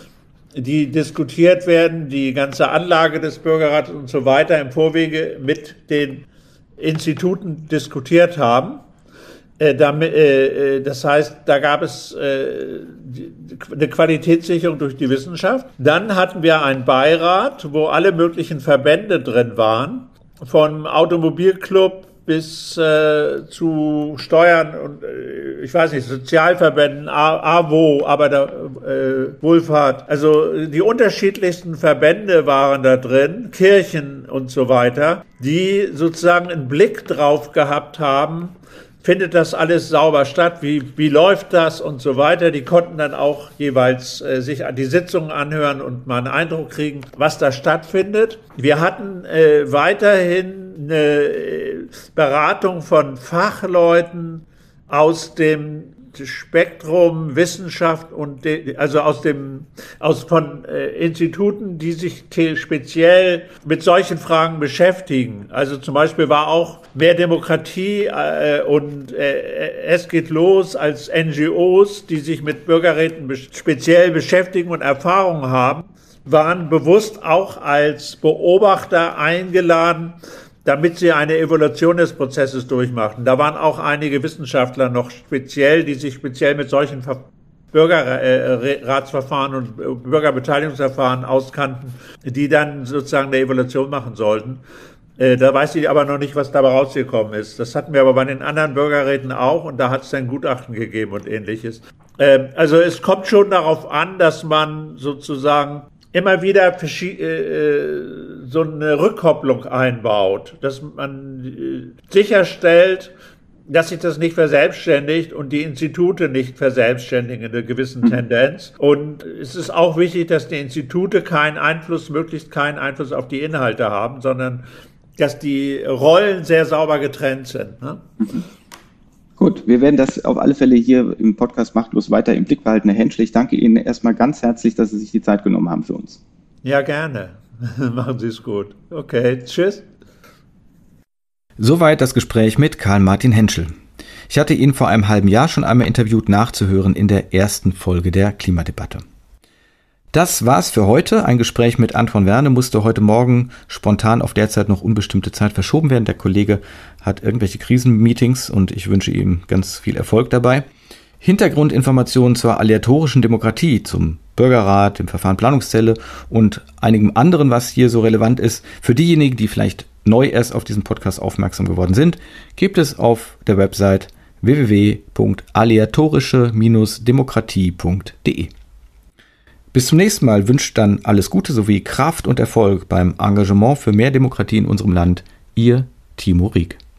die diskutiert werden, die ganze Anlage des Bürgerrats und so weiter im Vorwege mit den Instituten diskutiert haben. Äh, damit, äh, das heißt, da gab es äh, eine Qualitätssicherung durch die Wissenschaft. Dann hatten wir einen Beirat, wo alle möglichen Verbände drin waren, vom Automobilclub bis äh, zu Steuern und äh, ich weiß nicht, Sozialverbänden, A W O, Arbeiter, äh, Wohlfahrt. Also die unterschiedlichsten Verbände waren da drin, Kirchen und so weiter, die sozusagen einen Blick drauf gehabt haben, findet das alles sauber statt, wie, wie läuft das und so weiter. Die konnten dann auch jeweils äh, sich die Sitzungen anhören und mal einen Eindruck kriegen, was da stattfindet. Wir hatten äh, weiterhin eine äh, Beratung von Fachleuten aus dem Spektrum Wissenschaft und de, also aus dem aus von äh, Instituten, die sich speziell mit solchen Fragen beschäftigen. Also zum Beispiel war auch mehr Demokratie äh, und äh, es geht los als N G Os, die sich mit Bürgerräten be- speziell beschäftigen und Erfahrungen haben, waren bewusst auch als Beobachter eingeladen, damit sie eine Evaluation des Prozesses durchmachten. Da waren auch einige Wissenschaftler noch speziell, die sich speziell mit solchen Ver- Bürgerratsverfahren und Bürgerbeteiligungsverfahren auskannten, die dann sozusagen eine Evaluation machen sollten. Äh, da weiß ich aber noch nicht, was dabei rausgekommen ist. Das hatten wir aber bei den anderen Bürgerräten auch und da hat es dann Gutachten gegeben und Ähnliches. Äh, also es kommt schon darauf an, dass man sozusagen immer wieder so eine Rückkopplung einbaut, dass man sicherstellt, dass sich das nicht verselbstständigt und die Institute nicht verselbstständigen in einer gewissen Tendenz. Und es ist auch wichtig, dass die Institute keinen Einfluss, möglichst keinen Einfluss auf die Inhalte haben, sondern dass die Rollen sehr sauber getrennt sind. Ne? Gut, wir werden das auf alle Fälle hier im Podcast Machtlos weiter im Blick behalten. Herr Henschel, ich danke Ihnen erstmal ganz herzlich, dass Sie sich die Zeit genommen haben für uns. Ja, gerne. Machen Sie es gut. Okay, tschüss. Soweit das Gespräch mit Karl-Martin Henschel. Ich hatte ihn vor einem halben Jahr schon einmal interviewt, nachzuhören in der ersten Folge der Klimadebatte. Das war's für heute. Ein Gespräch mit Anton Werne musste heute Morgen spontan auf derzeit noch unbestimmte Zeit verschoben werden. Der Kollege hat irgendwelche Krisenmeetings und ich wünsche ihm ganz viel Erfolg dabei. Hintergrundinformationen zur aleatorischen Demokratie, zum Bürgerrat, dem Verfahren Planungszelle und einigem anderen, was hier so relevant ist, für diejenigen, die vielleicht neu erst auf diesen Podcast aufmerksam geworden sind, gibt es auf der Website w w w punkt aleatorische Bindestrich demokratie punkt d e. Bis zum nächsten Mal wünscht dann alles Gute sowie Kraft und Erfolg beim Engagement für mehr Demokratie in unserem Land. Ihr Timo Rieck.